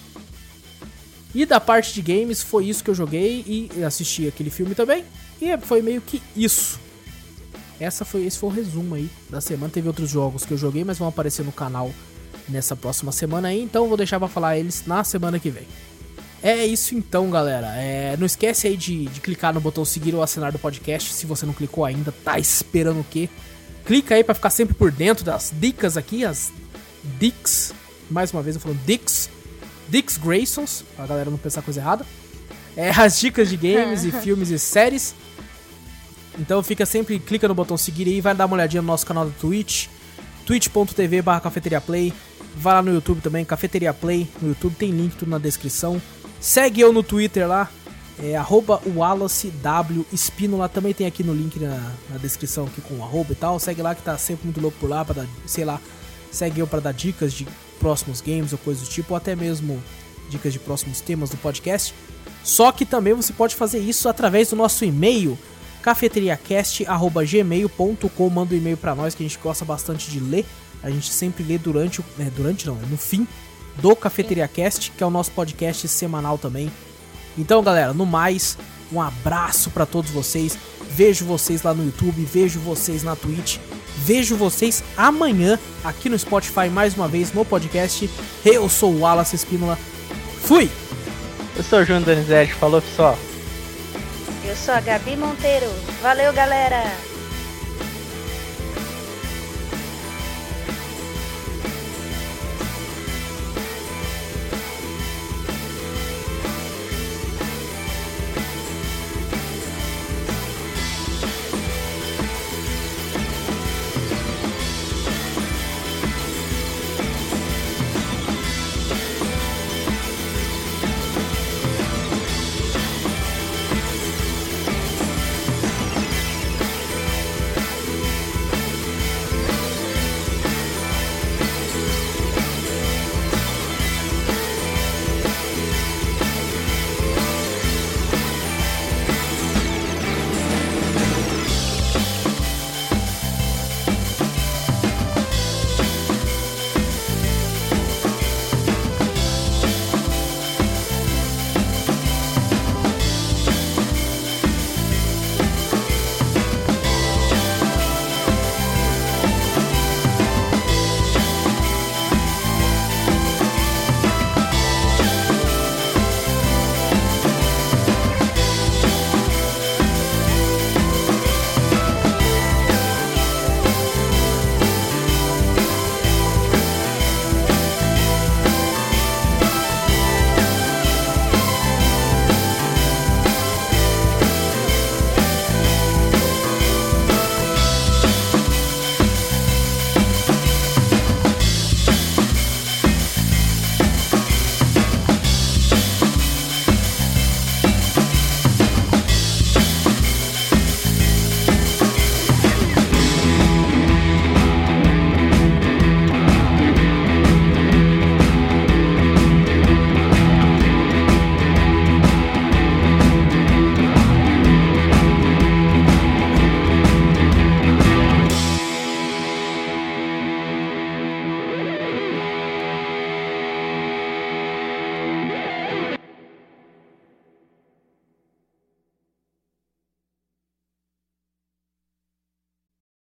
[SPEAKER 1] E da parte de games, foi isso que eu joguei e assisti aquele filme também. E foi meio que isso. Esse foi o resumo aí da semana. Teve outros jogos que eu joguei, mas vão aparecer no canal nessa próxima semana aí. Então eu vou deixar pra falar eles na semana que vem. É isso então, galera. Não esquece aí de clicar no botão seguir ou assinar do podcast. Se você não clicou ainda, tá esperando o quê? Clica aí pra ficar sempre por dentro das dicas aqui. As dicks. Mais uma vez eu falando dicks. Dicks Graysons, pra galera não pensar coisa errada. As dicas de games e filmes e séries. Então clica no botão seguir aí, vai dar uma olhadinha no nosso canal do Twitch, twitch.tv/cafeteriaplay. Vai lá no YouTube também, Cafeteria Play, no YouTube tem link tudo na descrição. Segue eu no Twitter lá, @WallaceWespínola, também tem aqui no link na descrição aqui com o arroba e tal. Segue lá que tá sempre muito louco por lá, pra dar, sei lá, segue eu pra dar dicas de próximos games ou coisa do tipo, ou até mesmo dicas de próximos temas do podcast. Só que também você pode fazer isso através do nosso e-mail, cafeteriacast@gmail.com. Manda um e-mail pra nós que a gente gosta bastante de ler. A gente sempre lê no fim do CafeteriaCast, que é o nosso podcast semanal também. Então, galera, no mais, um abraço pra todos vocês. Vejo vocês lá no YouTube, vejo vocês na Twitch, vejo vocês amanhã aqui no Spotify mais uma vez no podcast. Eu sou o Wallace Espínola. Fui!
[SPEAKER 2] Eu sou o Júnior Donizete, falou pessoal.
[SPEAKER 3] Eu sou a Gabi Monteiro. Valeu, galera!